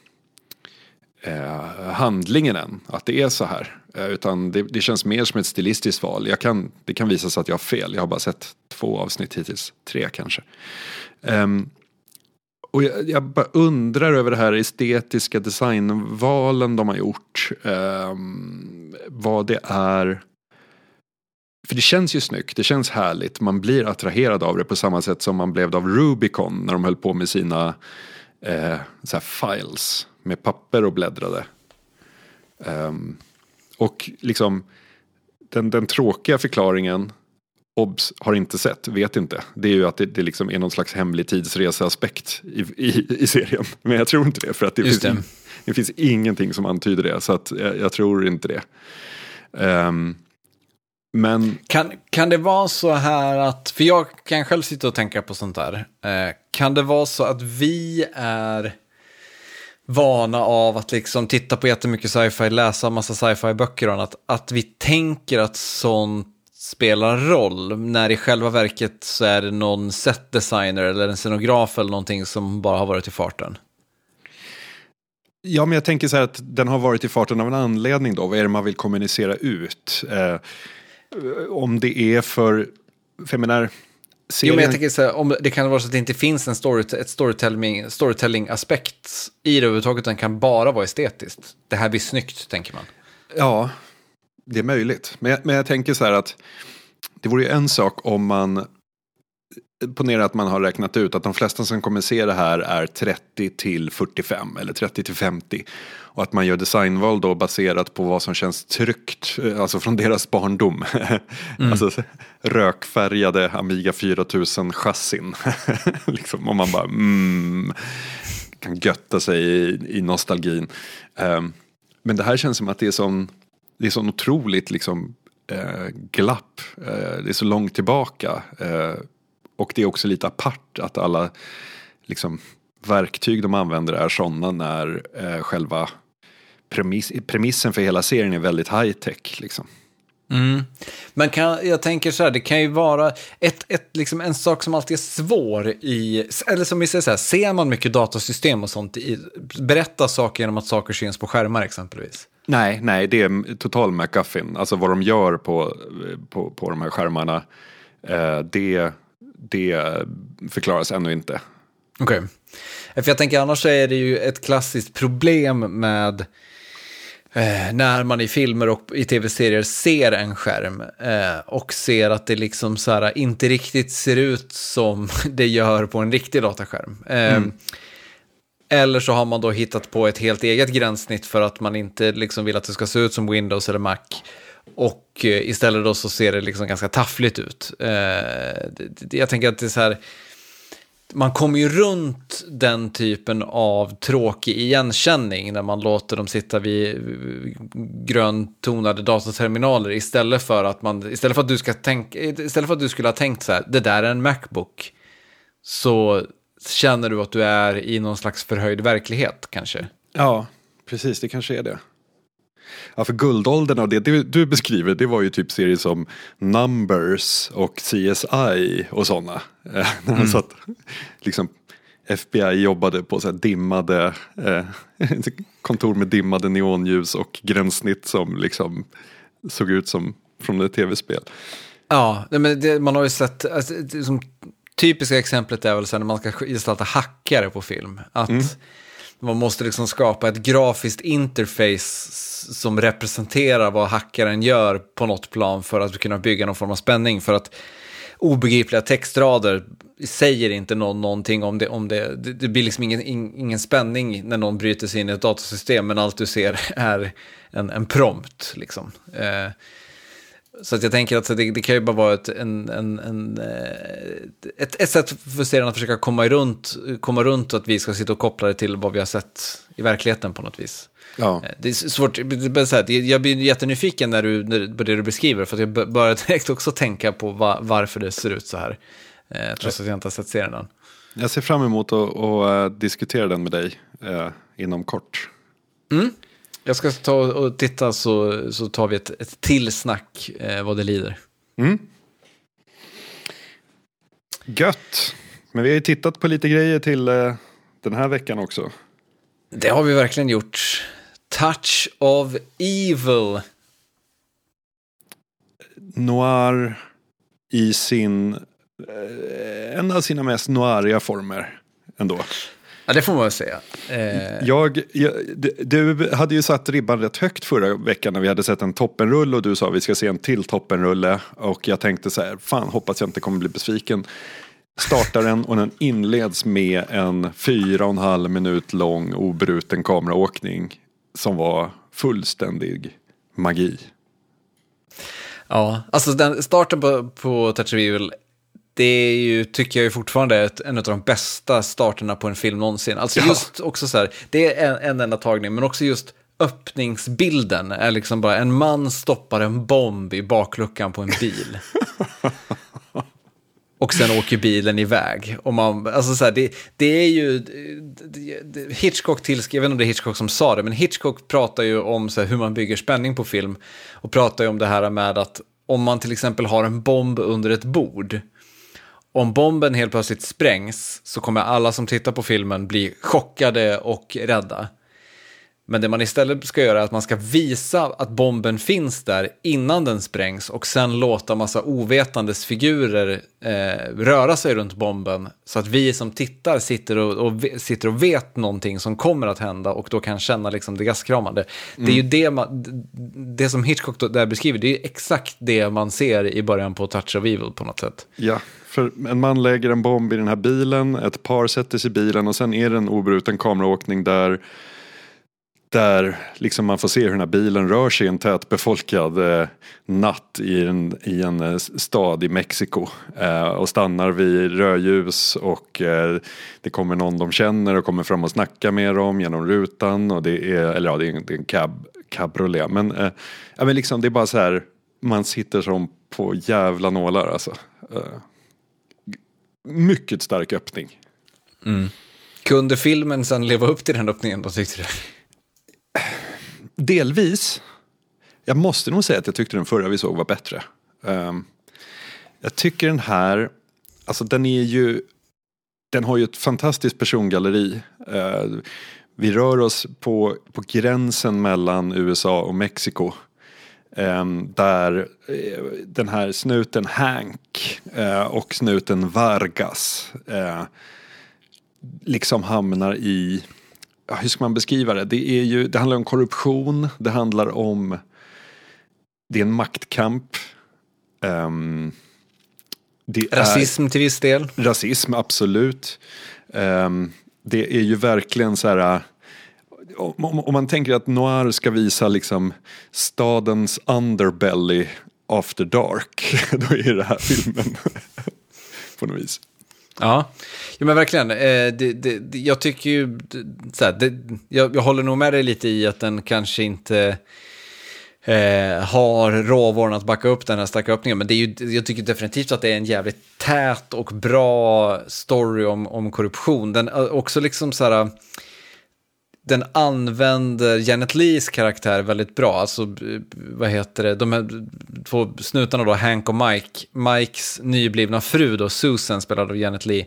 handlingen än, att det är så här, utan det känns mer som ett stilistiskt val. Det kan visa sig att jag har fel, jag har bara sett 2 avsnitt hittills, 3 kanske. Och jag bara undrar över det här estetiska designvalen de har gjort, vad det är. För det känns ju snyggt, det känns härligt, man blir attraherad av det på samma sätt som man blev av Rubicon när de höll på med sina så här files med papper och bläddrade. Och liksom den tråkiga förklaringen, obs, har inte sett, vet inte. Det är ju att det liksom är någon slags hemlig tidsreseaspekt i serien. Men jag tror inte det, för att det finns ingenting som antyder det. Så att jag tror inte det. Men kan det vara så här att, för jag kan själv sitta och tänka på sånt där, kan det vara så att vi är vana av att liksom titta på jättemycket sci-fi, läsa massa sci-fi-böcker och annat, att vi tänker att sånt spelar roll, när i själva verket så är det någon setdesigner eller en scenograf eller någonting som bara har varit i farten? Ja, men jag tänker så här att den har varit i farten av en anledning då. Vad är det man vill kommunicera ut? Om det är för jag menar, serien... Jo, men jag tänker så här, om det kan vara så att det inte finns en storytelling-aspekt i det överhuvudtaget, den kan bara vara estetiskt. Det här blir snyggt, tänker man. Ja, det är möjligt. Men jag tänker så här att det vore ju en sak om man ponera att man har räknat ut att de flesta som kommer se det här är 30 till 45 eller 30 till 50, och att man gör designval då baserat på vad som känns tryggt, alltså från deras barndom. Alltså rökfärgade Amiga 4000 chassin. Liksom, och man bara kan götta sig i nostalgin. Men det här känns som att det är så otroligt liksom glapp. Det är så långt tillbaka. Och det är också lite apart att alla liksom verktyg de använder är sådana när själva premissen för hela serien är väldigt high tech liksom. Men jag tänker så här, det kan ju vara liksom en sak som alltid är svår eller som vi säger så här, ser man mycket datasystem och sånt berätta saker genom att saker syns på skärmar exempelvis. Nej, det är total MacGuffin. Alltså vad de gör på de här skärmarna, det förklaras ännu inte. Okej. För jag tänker annars så är det ju ett klassiskt problem med när man i filmer och i tv-serier ser en skärm och ser att det liksom så här inte riktigt ser ut som det gör på en riktig dataskärm. Eller så har man då hittat på ett helt eget gränssnitt för att man inte liksom vill att det ska se ut som Windows eller Mac. Och istället då så ser det liksom ganska taffligt ut. Jag tänker att det är så här, man kommer ju runt den typen av tråkig igenkänning när man låter dem sitta vid gröntonade dataterminaler istället för att du skulle ha tänkt så här, det där är en Macbook, så känner du att du är i någon slags förhöjd verklighet kanske. Ja, precis, det kanske är det. Ja, för guldåldern och det du beskriver, det var ju typ serier som Numbers och CSI och sådana. Så att liksom FBI jobbade på så här dimmade kontor med dimmade neonljus och gränssnitt som liksom såg ut som från ett tv-spel. Ja, men man har ju sett, alltså, som typiska exemplet är väl så när man ska gestalta hackare på film. Att man måste liksom skapa ett grafiskt interface som representerar vad hackaren gör på något plan för att kunna bygga någon form av spänning. För att obegripliga textrader säger inte någonting om det. Det blir liksom ingen spänning när någon bryter sig in i ett datasystem, men allt du ser är en prompt liksom. Så att jag tänker att det kan ju bara vara ett sätt för serien att försöka komma runt att vi ska sitta och koppla det till vad vi har sett i verkligheten på något vis. Ja. Det är svårt, jag blir jättenyfiken på det du beskriver, för att jag börjar direkt också tänka på varför det ser ut så här, trots att jag inte har sett serien än. Jag ser fram emot att diskutera den med dig inom kort. Jag ska ta och titta, så tar vi ett till snack vad det lider. Gött. Men vi har ju tittat på lite grejer till den här veckan också. Det har vi verkligen gjort. Touch of Evil. Noir i en av sina mest noiriga former ändå. Ja, det får man väl säga. Du hade ju satt ribban rätt högt förra veckan när vi hade sett en toppenrulle och du sa vi ska se en till toppenrulle, och jag tänkte så här, fan, hoppas jag inte kommer bli besviken. Startar den och den inleds med en 4,5 minut lång obruten kameraåkning som var fullständig magi. Ja, alltså den starten på Touch of Evil, det är ju, tycker jag ju fortfarande en av de bästa starterna på en film någonsin. Alltså just också så här, det är en enda tagning, men också just öppningsbilden är liksom bara en man stoppar en bomb i bakluckan på en bil. Och sen åker bilen iväg. Och man, alltså så här, det är ju Hitchcock jag vet inte om det är Hitchcock som sa det, men Hitchcock pratar ju om så här, hur man bygger spänning på film, och pratar ju om det här med att om man till exempel har en bomb under ett bord, om bomben helt plötsligt sprängs, så kommer alla som tittar på filmen bli chockade och rädda. Men det man istället ska göra är att man ska visa att bomben finns där innan den sprängs, och sen låta massa ovetandes figurer röra sig runt bomben, så att vi som tittar sitter och vet någonting som kommer att hända, och då kan känna liksom det gaskramande. Det är ju det som Hitchcock där beskriver, det är ju exakt det man ser i början på Touch of Evil på något sätt. Ja, för en man lägger en bomb i den här bilen, ett par sätter sig i bilen, och sen är det en obruten kameraåkning där liksom man får se hur den här bilen rör sig i en tätbefolkad natt i en stad i Mexiko, och stannar vid rödljus, och det kommer någon de känner och kommer fram och snackar med dem genom rutan, och det är en cabriolet, men liksom det är bara så här, man sitter som på jävla nålar alltså. Mycket stark öppning. Kunde filmen sen leva upp till den öppningen då, tyckte du? Delvis. Jag måste nog säga att jag tyckte den förra vi såg var bättre. Jag tycker den här, alltså den har ju ett fantastiskt persongalleri. Vi rör oss på gränsen mellan USA och Mexiko. Där den här snuten Hank och snuten Vargas liksom hamnar i, hur ska man beskriva det? Det handlar om korruption, det handlar om, det är en maktkamp. Rasism till viss del. Rasism, absolut. Det är ju verkligen så här, om man tänker att noir ska visa liksom stadens underbelly after dark, då är det här filmen på något vis. Ja, men verkligen. Jag tycker ju så här, jag håller nog med dig lite i att den kanske inte har råvaran att backa upp den här starka öppningen, men jag tycker definitivt att det är en jävligt tät och bra story om korruption. Den också liksom så här, den använder Janet Leighs karaktär väldigt bra. Alltså, vad heter det? De här två snutarna då, Hank och Mike. Mikes nyblivna fru då, Susan, spelad av Janet Leigh.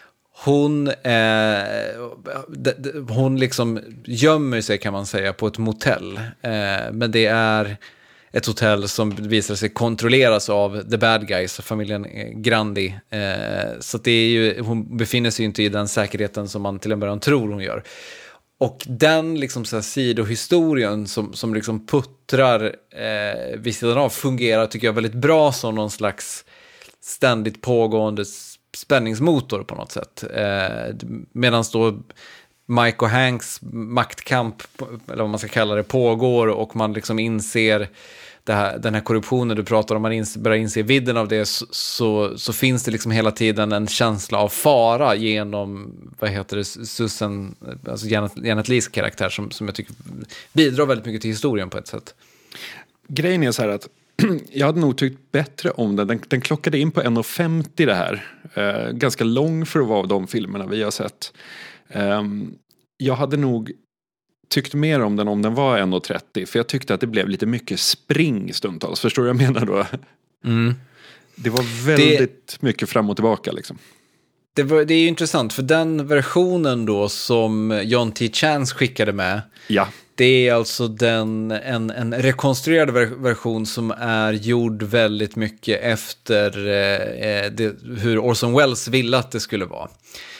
Hon liksom gömmer sig, kan man säga, på ett motell. Men det är ett hotell som visar sig kontrolleras av the bad guys, familjen Grandi. Så det är ju, hon befinner sig ju inte i den säkerheten som man till en början tror hon gör. Och den liksom så här sidohistorien som liksom puttrar vid sidan av fungerar, tycker jag, väldigt bra som någon slags ständigt pågående spänningsmotor på något sätt. Medan då Mike och Hanks maktkamp, eller vad man ska kalla det, pågår och man liksom inser den här korruptionen du pratar om, man börjar inse vidden av det, så finns det liksom hela tiden en känsla av fara genom, vad heter det, Susan, alltså Janet Leighs karaktär som jag tycker bidrar väldigt mycket till historien på ett sätt. Grejen är så här att jag hade nog tyckt bättre om den. Den klockade in på 1,50 det här. Ganska lång för att vara de filmerna vi har sett. Jag hade nog tyckt mer om den var 1,30. För jag tyckte att det blev lite mycket spring stundtals. Förstår du vad jag menar då? Mm. Det var väldigt mycket fram och tillbaka liksom. Det är ju intressant, för den versionen då som John T. Chance skickade med, ja. Det är alltså en rekonstruerad version som är gjord väldigt mycket efter hur Orson Welles ville att det skulle vara.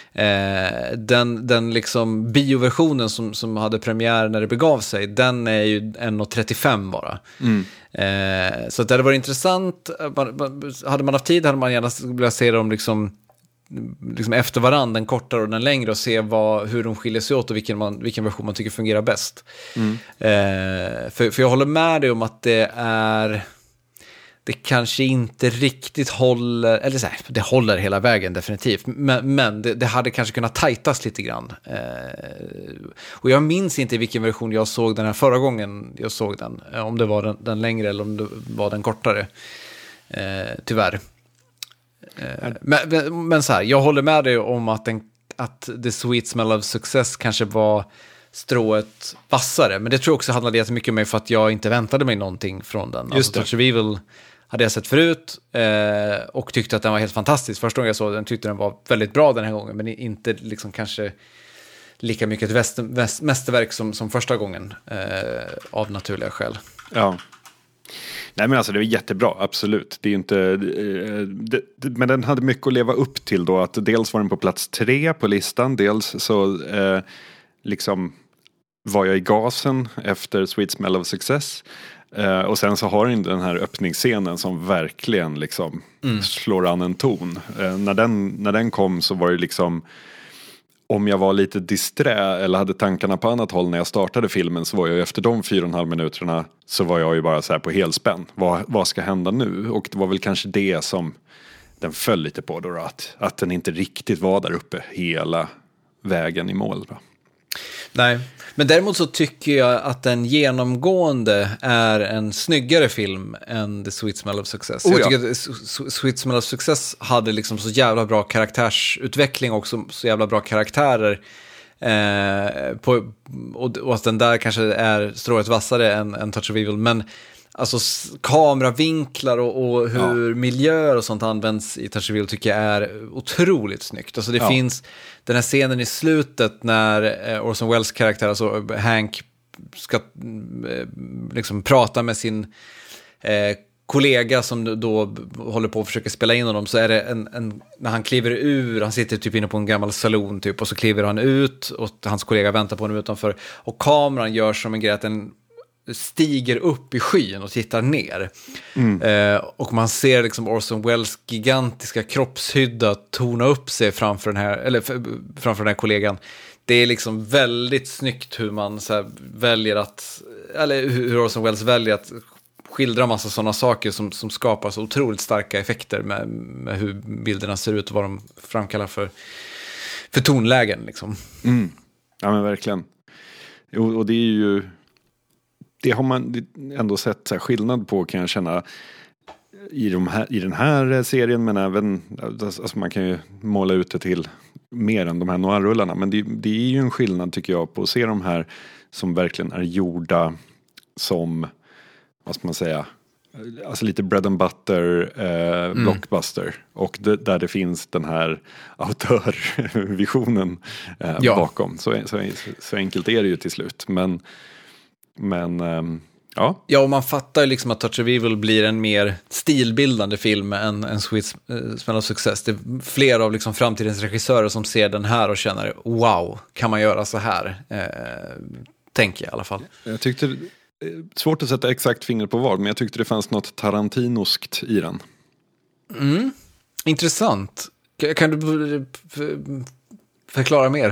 Den liksom bioversionen som hade premiär när det begav sig, den är ju 1,35 bara. Så det hade varit intressant. Hade man haft tid hade man gärna velat se dem liksom efter varandra, den kortare och den längre, och se hur de skiljer sig åt och vilken version man tycker fungerar bäst. För jag håller med dig om att det kanske inte riktigt håller, eller så här, det håller hela vägen definitivt, men det hade kanske kunnat tajtas lite grann. Och jag minns inte vilken version jag såg den här förra gången jag såg den, om det var den längre eller om det var den kortare, tyvärr. Men så här, jag håller med dig om att The Sweet Smell of Success kanske var strået vassare, men det tror jag också handlade jättemycket om mig för att jag inte väntade mig någonting från den. Alltså, Touch of Evil hade jag sett förut och tyckte att den var helt fantastisk. Första gången jag såg den tyckte den var väldigt bra den här gången, men inte liksom kanske lika mycket ett mästerverk som första gången, av naturliga skäl. Ja. Nej, men alltså det var jättebra, absolut. Det är inte, men den hade mycket att leva upp till då. Att dels var den på plats 3 på listan. Dels så liksom var jag i gasen efter Sweet Smell of Success. Och sen så har den här öppningsscenen som verkligen liksom slår an en ton. När den kom så var det liksom, om jag var lite disträ eller hade tankarna på annat håll när jag startade filmen, så var jag efter de 4,5 minuterna så var jag ju bara så här på helspänn. Vad ska hända nu? Och det var väl kanske det som den föll lite på då, att den inte riktigt var där uppe hela vägen i mål då. Nej, men däremot så tycker jag att den genomgående är en snyggare film än The Sweet Smell of Success. Jag tycker att Sweet Smell of Success hade liksom så jävla bra karaktärsutveckling och så jävla bra karaktärer. Och att den där kanske är strået vassare än Touch of Evil. Men alltså kameravinklar och hur miljöer och sånt används i Touch of Evil tycker jag är otroligt snyggt. Alltså det finns den här scenen i slutet när Orson Welles karaktär, alltså Hank, ska liksom prata med sin kollega som då håller på att försöka spela in honom, så är det när han kliver ur, han sitter typ inne på en gammal salon typ, och så kliver han ut och hans kollega väntar på honom utanför, och kameran gör som en grej att den stiger upp i skyn och tittar ner. Och man ser liksom Orson Welles gigantiska kroppshydda torna upp sig framför den här kollegan. Det är liksom väldigt snyggt hur man så här väljer att, eller hur Orson Welles väljer att skildra massa sådana saker som skapar så otroligt starka effekter med hur bilderna ser ut och vad de framkallar för tonlägen liksom. Ja, men verkligen. Och det är ju, det har man ändå sett så här skillnad på, kan jag känna. i den här serien, men även, alltså man kan ju måla ut det till mer än de här noir-rullarna, men det är ju en skillnad tycker jag på att se de här som verkligen är gjorda som, vad ska man säga, alltså lite bread and butter blockbuster, och där det finns den här autörvisionen bakom. Så enkelt är det ju till slut, men ja. Ja, och man fattar ju liksom att Touch of Evil blir en mer stilbildande film än en Sweet Smell of Success. Det är flera av liksom framtidens regissörer som ser den här och känner, wow, kan man göra så här? Tänker jag i alla fall. Jag tyckte, svårt att sätta exakt finger på vad, men jag tyckte det fanns något tarantinoskt i den. Intressant. Kan du förklara mer?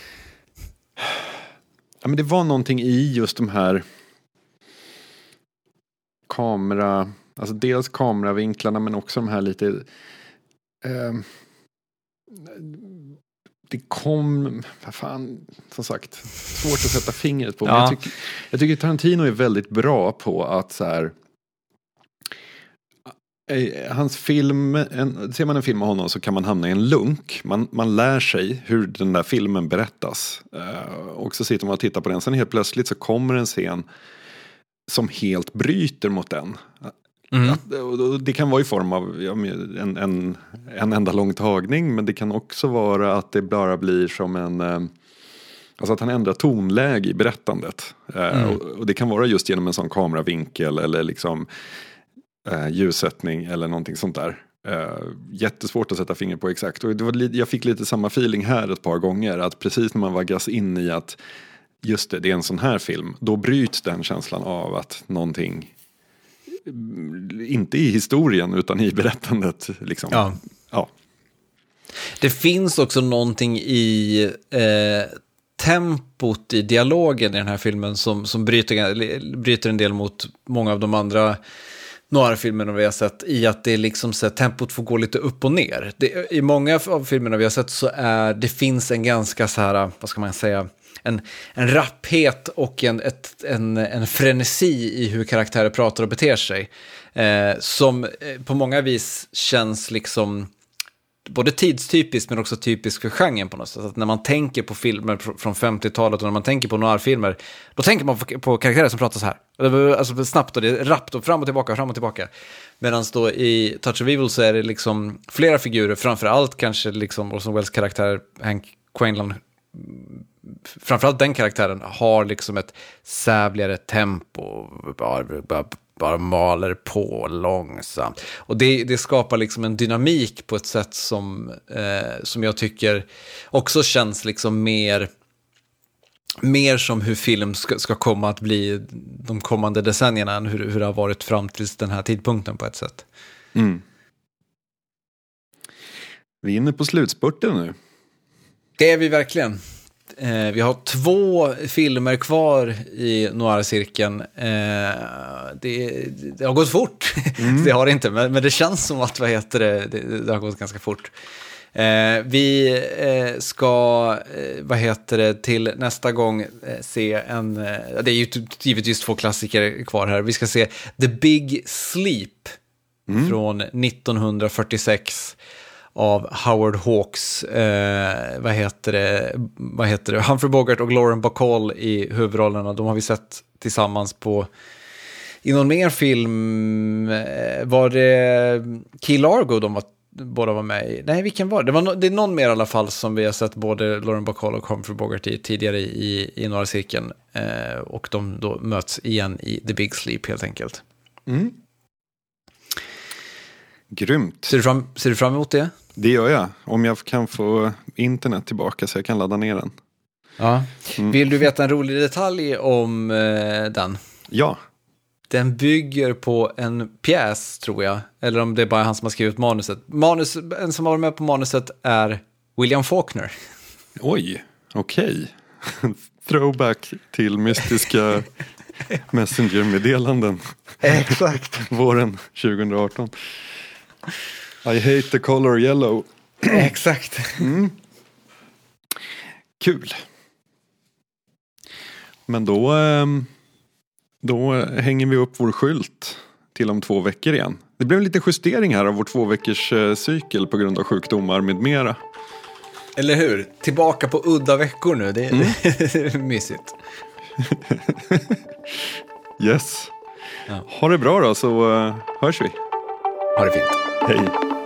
Ja, men det var någonting i just de här alltså dels kameravinklarna, men också de här lite det kom, vad fan, som sagt, svårt att sätta fingret på. Ja. Men jag tycker Tarantino är väldigt bra på att så här, hans film, ser man en film med honom så kan man hamna i en lunk. Man lär sig hur den där filmen berättas. Och så sitter man och tittar på den. Sen helt plötsligt så kommer en scen som helt bryter mot den. Och det kan vara i form av en enda lång tagning, men det kan också vara att det bara blir som alltså att han ändrar tonläge i berättandet. Och det kan vara just genom en sån kameravinkel eller liksom ljussättning eller någonting sånt där. Jättesvårt att sätta finger på exakt. Och jag fick lite samma feeling här ett par gånger, att precis när man vaggas in i att just det är en sån här film, då bryts den känslan av att någonting, inte i historien utan i berättandet liksom. Ja. Det finns också någonting i tempot i dialogen i den här filmen som bryter en del mot många av de andra noir-filmerna vi har sett, i att det liksom så här, tempot får gå lite upp och ner. I många av filmerna vi har sett så det finns en ganska så här, vad ska man säga, en rapphet och en frenesi i hur karaktärer pratar och beter sig. Som på många vis känns liksom både tidstypiskt men också typisk för genren på något sätt. Att när man tänker på filmer från 50-talet och när man tänker på noir-filmer, då tänker man på karaktärer som pratar så här. Alltså snabbt, och det är rappt och fram och tillbaka. Medan då i Touch of Evil så är det liksom flera figurer, framförallt kanske liksom Orson Welles karaktär Hank Quinlan, framförallt den karaktären har liksom ett sävligare tempo, bara maler på långsamt. Och det skapar liksom en dynamik på ett sätt som jag tycker också känns liksom mer som hur film ska komma att bli de kommande decennierna än hur det har varit fram till den här tidpunkten på ett sätt. Vi är inne på slutspurten nu. Det är vi verkligen. Vi har 2 filmer kvar i noir-cirkeln. Det har gått fort. Det har det inte, men det känns som att det har gått ganska fort. Vi ska till nästa gång se det är ju givetvis 2 klassiker kvar här. Vi ska se The Big Sleep från 1946 av Howard Hawks, Humphrey Bogart och Lauren Bacall i huvudrollerna. De har vi sett tillsammans i någon mer film. Var det Key Largo båda var med i? Nej, vilken var det? Det är någon mer i alla fall som vi har sett både Lauren Bacall och Humphrey Bogart i tidigare i några cirkeln. Och de då möts igen i The Big Sleep helt enkelt. Grymt. Ser du fram emot det? Det gör jag. Om jag kan få internet tillbaka så jag kan ladda ner den. Ja. Vill du veta en rolig detalj om den? Ja. Den bygger på en pjäs, tror jag. Eller om det är bara han som har skrivit manuset. En som har varit med på manuset är William Faulkner. Oj, okej. Throwback till mystiska Messenger-meddelanden. Exakt. Våren 2018. I hate the color yellow. Exakt. Kul. Men då hänger vi upp vår skylt till om 2 veckor igen. Det blev en liten justering här av vår 2 veckors cykel på grund av sjukdomar med mera. Eller hur? Tillbaka på udda veckor nu. Det är mysigt. Yes. Ha det bra då, så hörs vi. Ha det fint. Hej.